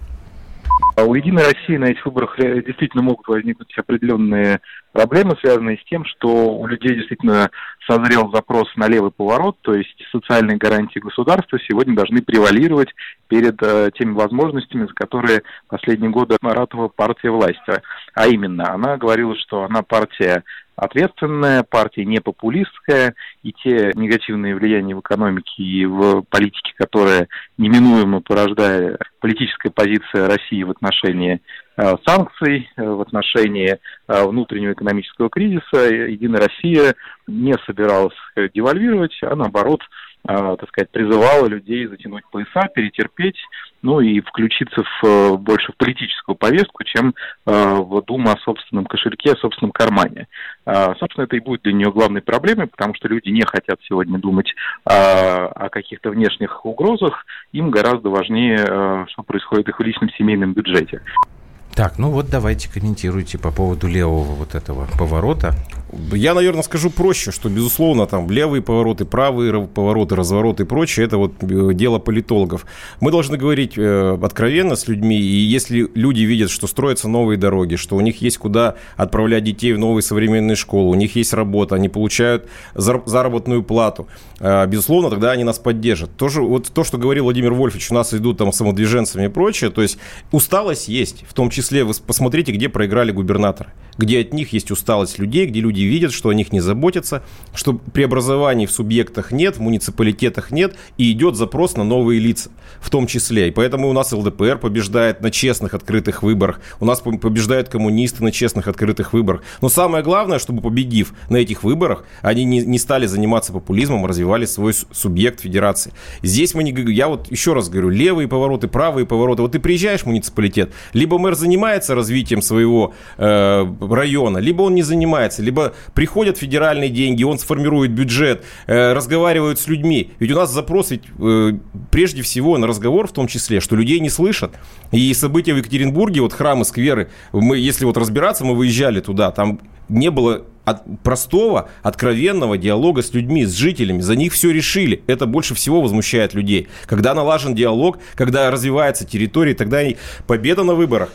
[SPEAKER 9] У «Единой России» на этих выборах действительно могут возникнуть определенные проблемы, связанные с тем, что у людей действительно созрел запрос на левый поворот, то есть социальные гарантии государства сегодня должны превалировать перед э, теми возможностями, за которые последние годы ратовала партия власти. А именно, она говорила, что она партия ответственная, партия не популистская, и те негативные влияния в экономике и в политике, которые неминуемо порождает политическая позиция России в отношении э, санкций, э, в отношении э, внутреннего экономического кризиса, «Единая Россия» не собиралась девальвировать, а наоборот, э, так сказать, призывала людей затянуть пояса, перетерпеть, ну и включиться в, больше в политическую повестку, чем э, в думу о собственном кошельке, о собственном кармане. Э, собственно, это и будет для нее главной проблемой, потому что люди не хотят сегодня думать э, о каких-то внешних угрозах, им гораздо важнее, э, что происходит в их личном семейном бюджете.
[SPEAKER 1] Так, ну вот давайте комментируйте по поводу левого вот этого поворота.
[SPEAKER 3] Я, наверное, скажу проще, что, безусловно, там левые повороты, правые повороты, развороты и прочее, это вот дело политологов. Мы должны говорить э, откровенно с людьми, и если люди видят, что строятся новые дороги, что у них есть куда отправлять детей в новые современные школы, у них есть работа, они получают зар- заработную плату, э, безусловно, тогда они нас поддержат. Тоже, вот то, что говорил Владимир Вольфович, у нас идут там самодвиженцами и прочее, то есть усталость есть, в том числе вы посмотрите, где проиграли губернаторы, где от них есть усталость людей, где люди видят, что о них не заботятся, что преобразований в субъектах нет, в муниципалитетах нет, и идет запрос на новые лица, в том числе. И поэтому у нас эл дэ пэ эр побеждает на честных, открытых выборах, у нас побеждают коммунисты на честных, открытых выборах. Но самое главное, чтобы, победив на этих выборах, они не, не стали заниматься популизмом, а развивали свой субъект федерации. Здесь мы не... Я вот еще раз говорю, левые повороты, правые повороты. Вот ты приезжаешь в муниципалитет, либо мэр занимается развитием своего э, района, либо он не занимается, либо приходят федеральные деньги, он сформирует бюджет, э, разговаривают с людьми. Ведь у нас запрос ведь э, прежде всего на разговор, в том числе, что людей не слышат. И события в Екатеринбурге, вот храмы, скверы, мы, если вот разбираться, мы выезжали туда, там не было от простого, откровенного диалога с людьми, с жителями. За них все решили. Это больше всего возмущает людей. Когда налажен диалог, когда развивается территория, тогда и победа на выборах.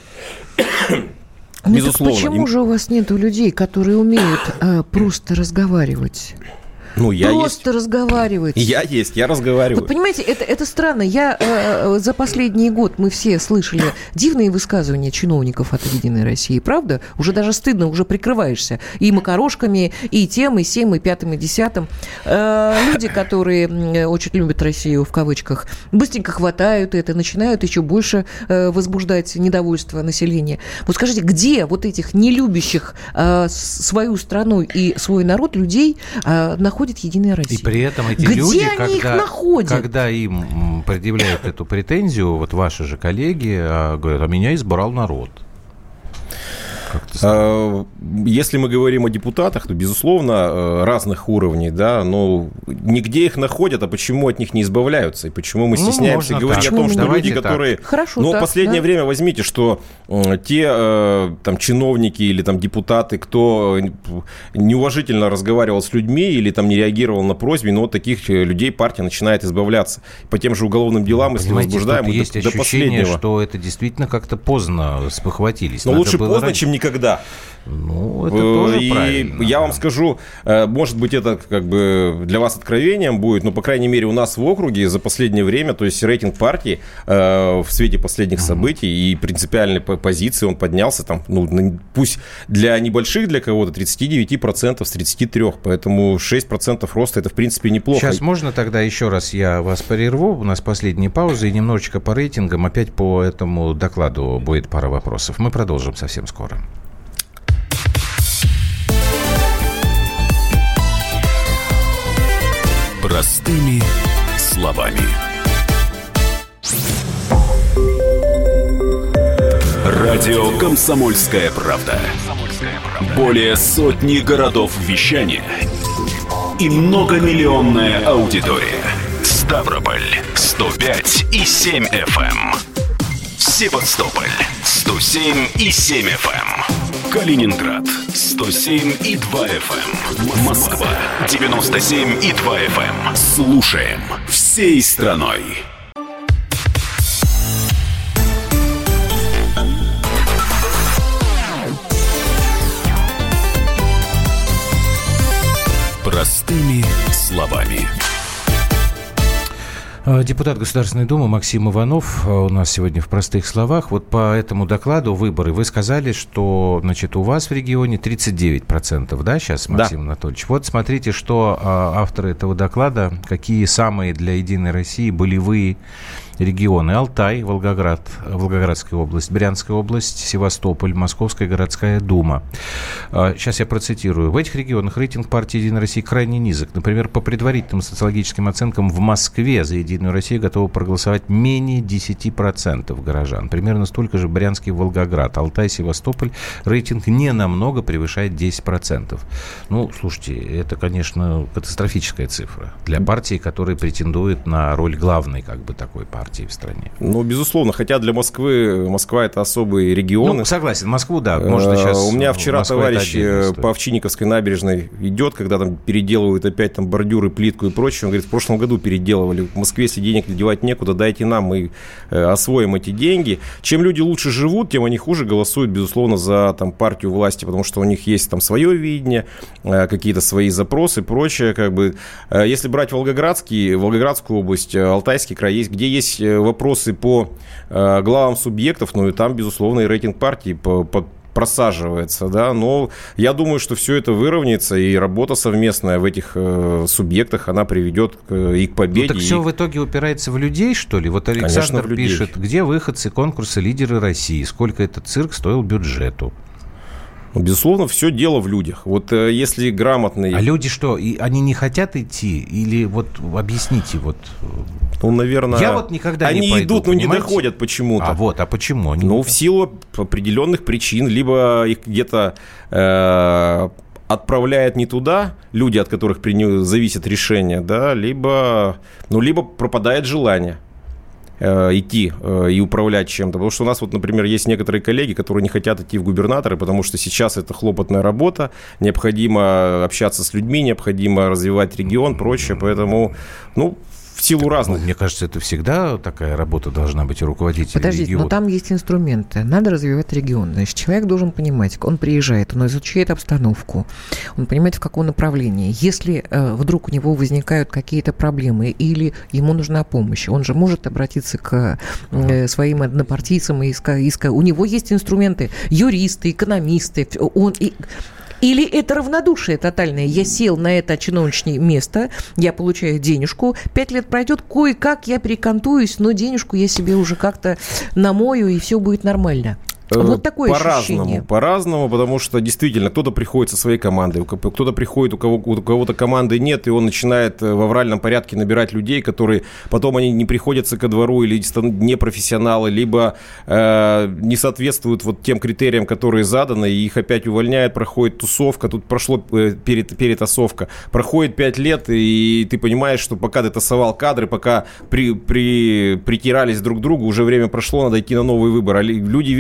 [SPEAKER 2] Ну, безусловно. Почему Им... же у вас нету людей, которые умеют э, просто разговаривать?
[SPEAKER 3] Ну, я
[SPEAKER 2] Просто
[SPEAKER 3] есть.
[SPEAKER 2] разговаривать.
[SPEAKER 3] Я есть, я разговариваю.
[SPEAKER 2] Вот понимаете, это, это странно. Я э, за последний год мы все слышали дивные высказывания чиновников от «Единой России», правда? Уже даже стыдно, уже прикрываешься и макарошками, и тем, и сем, и пятым, и десятым. Э, люди, которые очень любят Россию, в кавычках, быстренько хватают это, начинают еще больше э, возбуждать недовольство населения. Вот скажите, где вот этих нелюбящих э, свою страну и свой народ людей э, находятся «Единая Россия»?
[SPEAKER 1] И при этом эти
[SPEAKER 2] Где
[SPEAKER 1] люди,
[SPEAKER 2] они
[SPEAKER 1] когда,
[SPEAKER 2] их находят?
[SPEAKER 1] когда им предъявляют эту претензию, вот ваши же коллеги говорят, а меня избрал народ.
[SPEAKER 3] Если мы говорим о депутатах, то, безусловно, разных уровней, да, но нигде их находят, а почему от них не избавляются? И почему мы стесняемся ну, говорить так. о том, что Давайте люди, так. которые...
[SPEAKER 2] Хорошо,
[SPEAKER 3] но
[SPEAKER 2] так,
[SPEAKER 3] в последнее
[SPEAKER 2] да?
[SPEAKER 3] время возьмите, что те там, чиновники или там, депутаты, кто неуважительно разговаривал с людьми или там, не реагировал на просьбы, но вот таких людей партия начинает избавляться. По тем же уголовным делам, если возбуждаем,
[SPEAKER 1] есть
[SPEAKER 3] до,
[SPEAKER 1] ощущение,
[SPEAKER 3] до последнего.
[SPEAKER 1] Что это действительно как-то поздно спохватились.
[SPEAKER 3] Но Надо лучше поздно, раньше. чем никогда. Никогда.
[SPEAKER 1] Ну, это тоже
[SPEAKER 3] и
[SPEAKER 1] правильно.
[SPEAKER 3] Я вам скажу, может быть, это как бы для вас откровением будет, но, по крайней мере, у нас в округе за последнее время, то есть рейтинг партии в свете последних mm-hmm. событий и принципиальной позиции он поднялся, там, ну, пусть для небольших для кого-то тридцать девять процентов с тридцати трёх, поэтому шесть процентов роста это, в принципе, неплохо.
[SPEAKER 1] Сейчас можно тогда еще раз я вас прерву, у нас последняя пауза, и немножечко по рейтингам, опять по этому докладу будет пара вопросов. Мы продолжим совсем скоро.
[SPEAKER 4] Простыми словами. Радио «Комсомольская правда». Более сотни городов вещания и многомиллионная аудитория. Ставрополь сто пять и семь эф эм. Севастополь сто семь и семь эф эм. Калининград сто семь и два эф эм. Москва девяносто семь и два эф эм. Слушаем всей страной. Простыми словами.
[SPEAKER 1] Депутат Государственной Думы Максим Иванов у нас сегодня в «Простых словах». Вот по этому докладу выборы вы сказали, что, значит, у вас в регионе тридцать девять процентов, да, сейчас, Максим да. Анатольевич? Вот смотрите, что авторы этого доклада, какие самые для «Единой России» болевые регионы: Алтай, Волгоград, Волгоградская область, Брянская область, Севастополь, Московская городская дума. Сейчас я процитирую. В этих регионах рейтинг партии «Единая Россия» крайне низок. Например, по предварительным социологическим оценкам в Москве за «Единую Россию» готовы проголосовать менее десять процентов горожан. Примерно столько же Брянский, Волгоград, Алтай, Севастополь. Рейтинг не намного превышает десять процентов. Ну, слушайте, это, конечно, катастрофическая цифра для партии, которая претендует на роль главной, как бы, такой партии в стране.
[SPEAKER 3] Ну, безусловно, хотя для Москвы, Москва это особый регион.
[SPEAKER 1] Ну, согласен, Москву, да, можно сейчас...
[SPEAKER 3] У меня вчера Москва товарищ по Овчинниковской набережной идет, когда там переделывают опять там бордюры, плитку и прочее, он говорит, в прошлом году переделывали, в Москве, если денег девать некуда, дайте нам, мы освоим эти деньги. Чем люди лучше живут, тем они хуже голосуют, безусловно, за там партию власти, потому что у них есть там свое видение, какие-то свои запросы и прочее, как бы. Если брать Волгоградский, Волгоградскую область, Алтайский край, есть, где есть вопросы по э, главам субъектов, ну и там, безусловно, и рейтинг партии по, по, просаживается, да, но я думаю, что все это выровняется, и работа совместная в этих э, субъектах, она приведет к, и к победе.
[SPEAKER 1] Ну, так все
[SPEAKER 3] и...
[SPEAKER 1] в итоге упирается в людей, что ли? Вот Александр Конечно, пишет, где выходцы конкурса «Лидеры России», сколько этот цирк стоил бюджету?
[SPEAKER 3] Безусловно, все дело в людях. Вот э, если грамотные...
[SPEAKER 1] А люди что, и они не хотят идти? Или вот объясните, вот...
[SPEAKER 3] Ну, наверное...
[SPEAKER 1] Я вот никогда
[SPEAKER 3] они
[SPEAKER 1] не пойду,
[SPEAKER 3] идут, но
[SPEAKER 1] понимаете?
[SPEAKER 3] не доходят почему-то.
[SPEAKER 1] А вот, а почему? Они...
[SPEAKER 3] Ну, в силу определенных причин. Либо их где-то... Э, отправляет не туда люди, от которых при... зависит решение, да, либо, ну, либо пропадает желание идти и управлять чем-то. Потому что у нас, вот, например, есть некоторые коллеги, которые не хотят идти в губернаторы, потому что сейчас это хлопотная работа, необходимо общаться с людьми, необходимо развивать регион, прочее, поэтому, ну, в силу разных.
[SPEAKER 1] Ну, мне кажется, это всегда такая работа должна быть у руководителя.
[SPEAKER 2] Подождите,
[SPEAKER 1] региона.
[SPEAKER 2] но там есть инструменты. Надо развивать регион. Значит, человек должен понимать, он приезжает, он изучает обстановку, он понимает, в каком направлении. Если э, вдруг у него возникают какие-то проблемы или ему нужна помощь, он же может обратиться к э, своим однопартийцам и искать. Иска... У него есть инструменты. Юристы, экономисты. Он... И... Или это равнодушие тотальное. Я сел на это чиновничное место, я получаю денежку, пять лет пройдет, кое-как я перекантуюсь, но денежку я себе уже как-то намою, и все будет нормально. Вот такое
[SPEAKER 3] по-разному,
[SPEAKER 2] ощущение.
[SPEAKER 3] По-разному, потому что действительно кто-то приходит со своей командой, кто-то приходит, у, кого, у кого-то команды нет, и он начинает в авральном порядке набирать людей, которые потом они не приходятся ко двору или не профессионалы, либо э, не соответствуют вот тем критериям, которые заданы, и их опять увольняют, проходит тусовка, тут прошло э, перед, перетасовка, проходит пять лет, и ты понимаешь, что пока ты тасовал кадры, пока при, при, притирались друг к другу, уже время прошло, надо идти на новый выбор. А люди видят о том,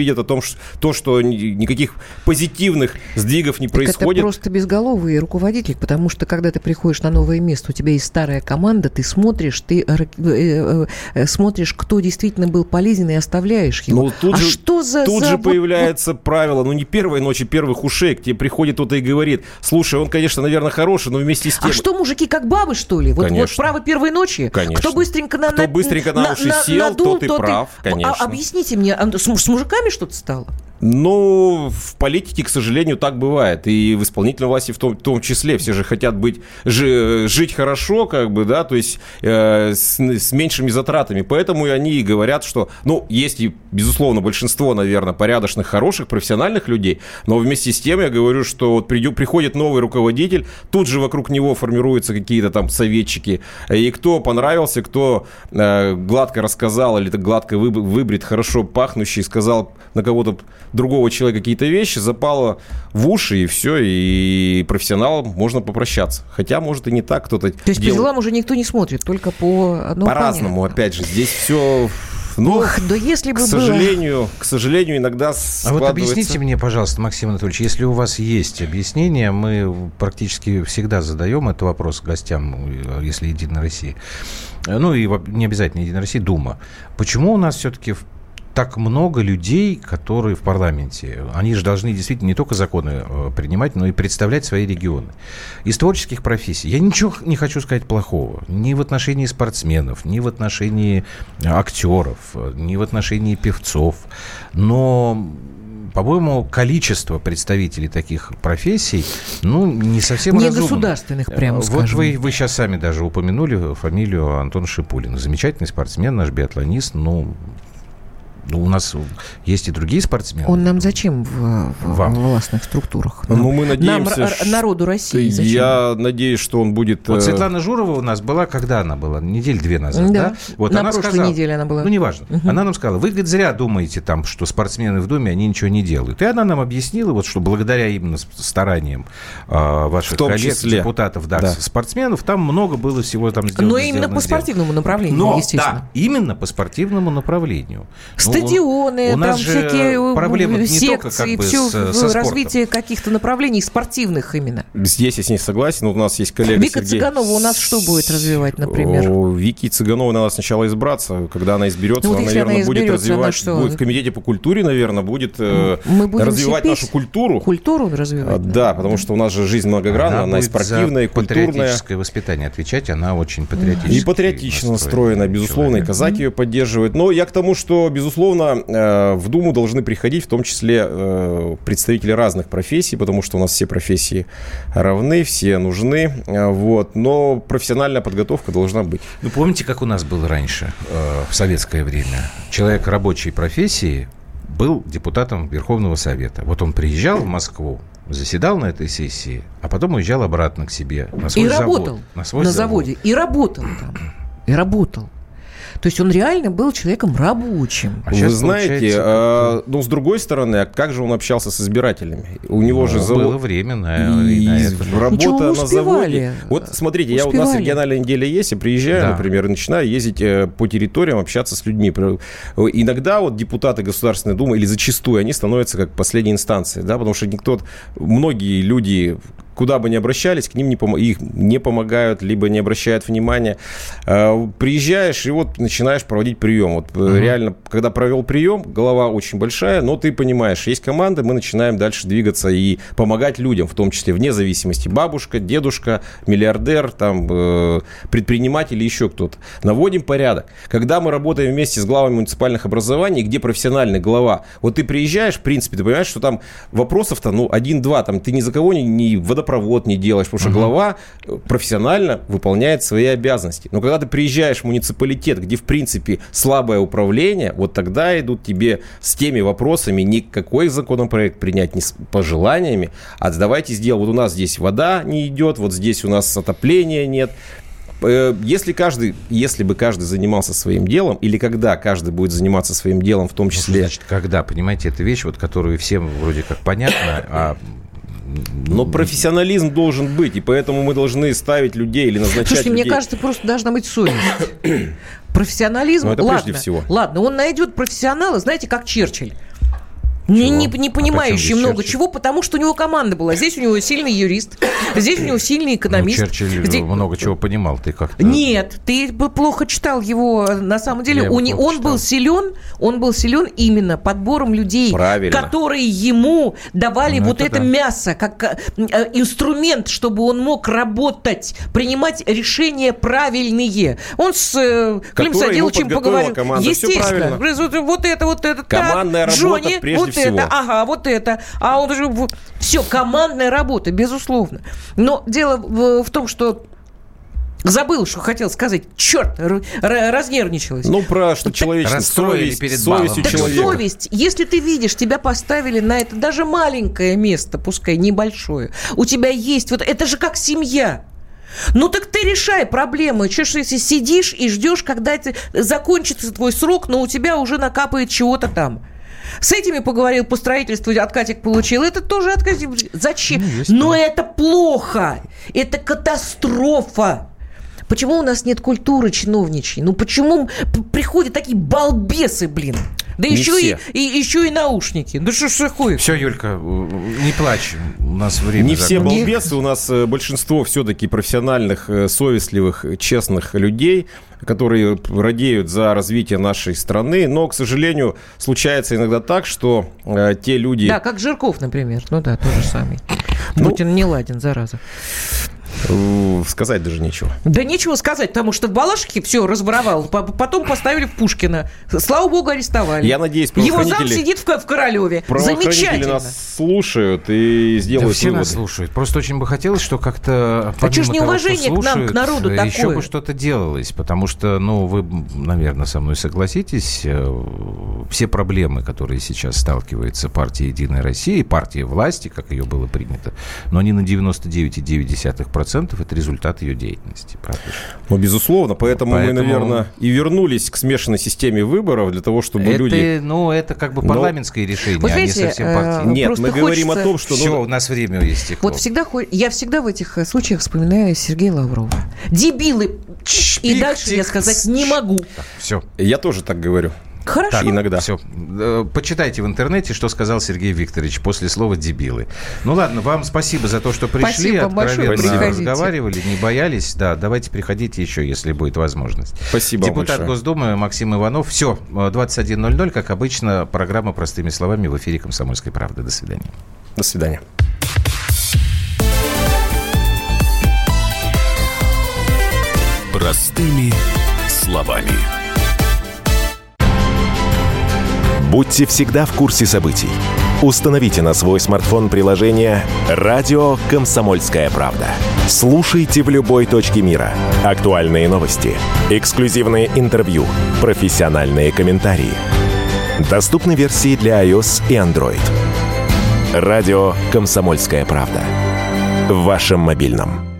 [SPEAKER 3] что то, что никаких позитивных сдвигов не происходит.
[SPEAKER 2] Это просто безголовый руководитель, потому что когда ты приходишь на новое место, у тебя есть старая команда, ты смотришь, ты э, э, смотришь, кто действительно был полезен, и оставляешь его.
[SPEAKER 3] Ну, тут
[SPEAKER 2] а
[SPEAKER 3] же,
[SPEAKER 2] что за...
[SPEAKER 3] Тут
[SPEAKER 2] за
[SPEAKER 3] же
[SPEAKER 2] вот,
[SPEAKER 3] появляется вот... правило, ну не первой ночи первых ушей, к тебе приходит кто-то и говорит: слушай, он, конечно, наверное, хороший, но вместе с тем...
[SPEAKER 2] А что, мужики, как бабы, что ли? Вот, вот право первой ночи?
[SPEAKER 3] Конечно.
[SPEAKER 2] Кто быстренько на,
[SPEAKER 3] кто быстренько на, на уши на, сел, надул, тот и тот прав, и... конечно.
[SPEAKER 2] А, объясните мне, с, с мужиками что-то стало?
[SPEAKER 3] Ну, в политике, к сожалению, так бывает. И в исполнительной власти в том, в том числе. Все же хотят быть, жи, жить хорошо, как бы, да, то есть э, с, с меньшими затратами. Поэтому и они и говорят, что, ну, есть и, безусловно, большинство, наверное, порядочных, хороших, профессиональных людей. Но вместе с тем я говорю, что вот придет, приходит новый руководитель, тут же вокруг него формируются какие-то там советчики. И кто понравился, кто э, гладко рассказал или гладко выбрит, хорошо пахнущий, сказал на кого-то другого человека какие-то вещи, запало в уши, и все, и профессионалам можно попрощаться. Хотя, может, и не так кто-то...
[SPEAKER 2] То есть дел... по делам уже никто не смотрит, только по... Ну,
[SPEAKER 3] по-разному, понятно. Опять же, здесь все... Но,
[SPEAKER 2] Ох, да если бы
[SPEAKER 3] к сожалению, было... к сожалению, иногда складывается...
[SPEAKER 1] А вот объясните мне, пожалуйста, Максим Анатольевич, если у вас есть объяснение, мы практически всегда задаем этот вопрос гостям, если Единая Россия, ну и не обязательно Единая Россия, Дума. Почему у нас все-таки так много людей, которые в парламенте, они же должны действительно не только законы принимать, но и представлять свои регионы. Из творческих профессий я ничего не хочу сказать плохого. Ни в отношении спортсменов, ни в отношении актеров, ни в отношении певцов. Но, по-моему, количество представителей таких профессий, ну, не совсем разумно.
[SPEAKER 2] Не государственных, прямо
[SPEAKER 1] вот
[SPEAKER 2] скажем.
[SPEAKER 1] Вот вы, вы сейчас сами даже упомянули фамилию Антона Шипулина. Замечательный спортсмен, наш биатлонист, ну... У нас есть и другие спортсмены.
[SPEAKER 2] Он нам зачем в, в властных структурах?
[SPEAKER 3] Нам, ну, мы надеемся,
[SPEAKER 2] нам, р- народу России зачем?
[SPEAKER 3] Я надеюсь, что он будет...
[SPEAKER 1] Вот Светлана Журова у нас была, когда она была? Недель две назад, да?
[SPEAKER 2] да?
[SPEAKER 1] Вот
[SPEAKER 2] на
[SPEAKER 1] она
[SPEAKER 2] прошлой
[SPEAKER 1] сказала,
[SPEAKER 2] неделе она была.
[SPEAKER 1] Ну, неважно. Угу. Она нам сказала, вы, говорит, зря думаете, там, что спортсмены в Думе, они ничего не делают. И она нам объяснила, вот, что благодаря именно стараниям э, ваших коллег, числе. депутатов, да, да. спортсменов, там много было всего там сделано.
[SPEAKER 2] Но именно по спортивному
[SPEAKER 1] сделано.
[SPEAKER 2] направлению,
[SPEAKER 1] Но,
[SPEAKER 2] естественно.
[SPEAKER 1] Да, именно по спортивному направлению.
[SPEAKER 2] Стадионы,
[SPEAKER 1] у нас
[SPEAKER 2] там
[SPEAKER 1] же
[SPEAKER 2] всякие
[SPEAKER 1] проблема не
[SPEAKER 2] секции,
[SPEAKER 1] только как бы
[SPEAKER 2] все
[SPEAKER 1] с, со
[SPEAKER 2] развитие каких-то направлений спортивных именно.
[SPEAKER 3] Здесь я с ней согласен. У нас есть коллега
[SPEAKER 2] Вика
[SPEAKER 3] Сергей...
[SPEAKER 2] Цыганова у нас что будет развивать, например?
[SPEAKER 3] О, Вики Цыгановой надо сначала избраться. Когда она изберется,
[SPEAKER 2] ну, вот
[SPEAKER 3] она, наверное,
[SPEAKER 2] она
[SPEAKER 3] будет развивать...
[SPEAKER 2] Что?
[SPEAKER 3] Будет в комитете по культуре, наверное, будет э, развивать нашу культуру.
[SPEAKER 2] Культуру развивать?
[SPEAKER 3] А, да, потому что у нас же жизнь многогранна, она, она и спортивная, и культурная.
[SPEAKER 1] Патриотическое воспитание отвечать, она очень патриотически.
[SPEAKER 3] И патриотично настроена, безусловно, человек. И казаки ее поддерживают. Но я к тому, что, безусловно, э, в Думу должны приходить в том числе э, представители разных профессий, потому что у нас все профессии равны, все нужны, э, вот, но профессиональная подготовка должна быть.
[SPEAKER 1] Вы помните, как у нас было раньше, э, в советское время? Человек рабочей профессии был депутатом Верховного Совета. Вот он приезжал в Москву, заседал на этой сессии, а потом уезжал обратно к себе на свой
[SPEAKER 2] и
[SPEAKER 1] завод.
[SPEAKER 2] Работал
[SPEAKER 1] на свой
[SPEAKER 2] на
[SPEAKER 1] завод.
[SPEAKER 2] заводе. И работал там. И работал. То есть он реально был человеком рабочим.
[SPEAKER 3] А Вы знаете, а, ну, с другой стороны, а как же он общался с избирателями? У него
[SPEAKER 1] ну,
[SPEAKER 3] же
[SPEAKER 1] завод...
[SPEAKER 3] было
[SPEAKER 1] время на, и, и на это.
[SPEAKER 3] Работа на заводе. Вот смотрите, я, у нас региональная неделя есть, я приезжаю, да. например, и начинаю ездить по территориям, общаться с людьми. Иногда вот депутаты Государственной Думы, или зачастую, они становятся как последней инстанцией, да, потому что никто, многие люди... Куда бы ни обращались, к ним не пом- их не помогают, либо не обращают внимания. Э, приезжаешь и вот начинаешь проводить прием. Вот uh-huh. реально, когда провел прием, голова очень большая, но ты понимаешь, есть команда, мы начинаем дальше двигаться и помогать людям, в том числе вне зависимости. Бабушка, дедушка, миллиардер, там, э, предприниматель или еще кто-то. Наводим порядок. Когда мы работаем вместе с главами муниципальных образований, где профессиональный глава, вот ты приезжаешь, в принципе, ты понимаешь, что там вопросов-то, ну, один-два, там, ты ни за кого не, не водопровод провод не делаешь, потому что uh-huh. глава профессионально выполняет свои обязанности. Но когда ты приезжаешь в муниципалитет, где, в принципе, слабое управление, вот тогда идут тебе с теми вопросами не какой законопроект принять, не с пожеланиями, а давайте сделаем, вот у нас здесь вода не идет, вот здесь у нас отопления нет. Если каждый, если бы каждый занимался своим делом, или когда каждый будет заниматься своим делом, в том числе...
[SPEAKER 1] Ну, значит, когда, понимаете, это вещь, вот, которую всем вроде как понятно, а...
[SPEAKER 3] Но профессионализм должен быть, и поэтому мы должны ставить людей или назначать
[SPEAKER 2] Слушайте,
[SPEAKER 3] людей.
[SPEAKER 2] мне кажется, просто должна быть совесть. Профессионализм,
[SPEAKER 3] ну, это
[SPEAKER 2] ладно,
[SPEAKER 3] прежде всего.
[SPEAKER 2] Ладно, он найдет профессионала, знаете, как Черчилль. Не, не, не
[SPEAKER 1] А
[SPEAKER 2] понимающий много
[SPEAKER 1] Черчилль?
[SPEAKER 2] чего, потому что у него команда была. Здесь у него сильный юрист, здесь у него сильный экономист.
[SPEAKER 1] Ну, Черчилль
[SPEAKER 2] Здесь...
[SPEAKER 1] много чего понимал, ты как-то...
[SPEAKER 2] Нет, ты бы плохо читал его. На самом деле,
[SPEAKER 1] Я
[SPEAKER 2] он,
[SPEAKER 1] его
[SPEAKER 2] он
[SPEAKER 1] читал.
[SPEAKER 2] был силен, он был силен именно подбором людей,
[SPEAKER 3] Правильно.
[SPEAKER 2] которые ему давали
[SPEAKER 1] Ну,
[SPEAKER 2] вот
[SPEAKER 1] это
[SPEAKER 2] это
[SPEAKER 1] да.
[SPEAKER 2] мясо, как э, инструмент, чтобы он мог работать, принимать решения правильные. Он с э, Клим
[SPEAKER 3] Который ему
[SPEAKER 2] Садиловичем
[SPEAKER 3] подготовила
[SPEAKER 2] поговорил.
[SPEAKER 3] команда. Всё
[SPEAKER 2] Естественно.
[SPEAKER 3] правильно.
[SPEAKER 2] Говорит, Вот, вот это, вот это.
[SPEAKER 3] Командная
[SPEAKER 2] так,
[SPEAKER 3] работа
[SPEAKER 2] Джонни,
[SPEAKER 3] прежде
[SPEAKER 2] вот
[SPEAKER 3] всего.
[SPEAKER 2] это, ага, вот это. А он уже... Все, командная работа, безусловно. Но дело в, в том, что забыл, что хотел сказать. Черт, р- р- разнервничалась.
[SPEAKER 3] Ну, про что человечность,
[SPEAKER 1] расстроили
[SPEAKER 3] совесть,
[SPEAKER 1] перед
[SPEAKER 3] совестью
[SPEAKER 1] балом.
[SPEAKER 2] Так
[SPEAKER 3] человека.
[SPEAKER 2] совесть, если ты видишь, тебя поставили на это даже маленькое место, пускай небольшое, у тебя есть, вот это же как семья. Ну так ты решай проблемы. Че ж если сидишь и ждешь, когда это закончится твой срок, но у тебя уже накапает чего-то там. С этими поговорил по строительству, откатик получил. Это тоже откатик. Зачем?
[SPEAKER 1] Ну, есть,
[SPEAKER 2] Но
[SPEAKER 1] да.
[SPEAKER 2] это плохо. Это катастрофа. Почему у нас нет культуры чиновничьей? Ну почему п- приходят такие балбесы, блин? Да
[SPEAKER 3] Не
[SPEAKER 2] еще и,
[SPEAKER 3] все.
[SPEAKER 2] и, еще и наушники. Да что ж такое?
[SPEAKER 1] Все, Юлька, не плачь, у нас время
[SPEAKER 3] Не все
[SPEAKER 1] закончилось.
[SPEAKER 3] балбесы, у нас э, большинство все-таки профессиональных, э, совестливых, э, честных людей, которые радеют за развитие нашей страны. Но, к сожалению, случается иногда так, что э, те люди...
[SPEAKER 2] Да, как Жирков, например. Ну да, тот же самый.
[SPEAKER 3] Ну-
[SPEAKER 2] Путин не ладен, зараза.
[SPEAKER 3] э, сказать даже нечего.
[SPEAKER 2] Да нечего сказать, потому что в Балашихе все разворовал. По- Потом поставили в Пушкино. Слава богу, арестовали.
[SPEAKER 3] Я надеюсь,
[SPEAKER 2] Его зам
[SPEAKER 3] правоохранители-
[SPEAKER 2] сидит в, Ко- в Королеве.
[SPEAKER 3] Правоохранители
[SPEAKER 2] Замечательно.
[SPEAKER 3] нас слушают и
[SPEAKER 1] Да
[SPEAKER 3] сделают
[SPEAKER 1] все
[SPEAKER 3] выводы.
[SPEAKER 1] нас слушают. Просто очень бы хотелось, что как-то...
[SPEAKER 2] А чё ж
[SPEAKER 1] помимо того, что
[SPEAKER 2] неуважение к нам, к
[SPEAKER 1] слушают,
[SPEAKER 2] народу
[SPEAKER 1] еще
[SPEAKER 2] такое?
[SPEAKER 1] бы что-то делалось. Потому что, ну, вы, наверное, со мной согласитесь, э, все проблемы, которые сейчас сталкивается партия «Единая Россия», партия власти, как ее было принято, но они на девяносто девять целых девять десятых процента это результат ее деятельности. Правда же?
[SPEAKER 3] Ну, безусловно. Поэтому,
[SPEAKER 1] Поэтому-
[SPEAKER 3] мы, наверное, и вернулись к смешанной системе выборов для того, чтобы
[SPEAKER 1] Это,
[SPEAKER 3] люди...
[SPEAKER 1] ну, это как бы
[SPEAKER 3] Но-
[SPEAKER 1] парламентское решение,
[SPEAKER 2] Вы
[SPEAKER 1] а не
[SPEAKER 2] знаете,
[SPEAKER 1] совсем
[SPEAKER 2] э,
[SPEAKER 1] партийное.
[SPEAKER 3] Нет,
[SPEAKER 2] просто
[SPEAKER 3] мы говорим о
[SPEAKER 2] хочется-
[SPEAKER 3] том, что... ну,
[SPEAKER 1] Все, у нас время истекло.
[SPEAKER 2] Вот всегда, хо- я всегда в этих э, случаях вспоминаю Сергея Лаврова. Дебилы. И
[SPEAKER 1] Пик,
[SPEAKER 2] дальше я
[SPEAKER 1] тик,
[SPEAKER 2] сказать не могу.
[SPEAKER 1] Все.
[SPEAKER 3] Я тоже так говорю.
[SPEAKER 2] Хорошо.
[SPEAKER 3] Так, иногда.
[SPEAKER 1] Все. Почитайте в интернете, что сказал Сергей Викторович после слова «дебилы». Ну ладно, вам спасибо за то, что пришли,
[SPEAKER 2] Спасибо большое,
[SPEAKER 1] откровенно
[SPEAKER 2] приходите.
[SPEAKER 1] разговаривали, не боялись. Да, давайте приходите еще, если будет возможность.
[SPEAKER 3] Спасибо вам
[SPEAKER 1] Депутат
[SPEAKER 3] большое.
[SPEAKER 1] Госдумы Максим Иванов. Все, двадцать один ноль ноль, как обычно, программа «Простыми словами» в эфире «Комсомольской правды». До свидания.
[SPEAKER 3] До свидания.
[SPEAKER 4] Простыми словами.
[SPEAKER 10] Будьте всегда в курсе событий. Установите на свой смартфон приложение «Радио Комсомольская правда». Слушайте в любой точке мира. Актуальные новости, эксклюзивные интервью, профессиональные комментарии. Доступны версии для iOS и Android. «Радио Комсомольская правда». В вашем мобильном.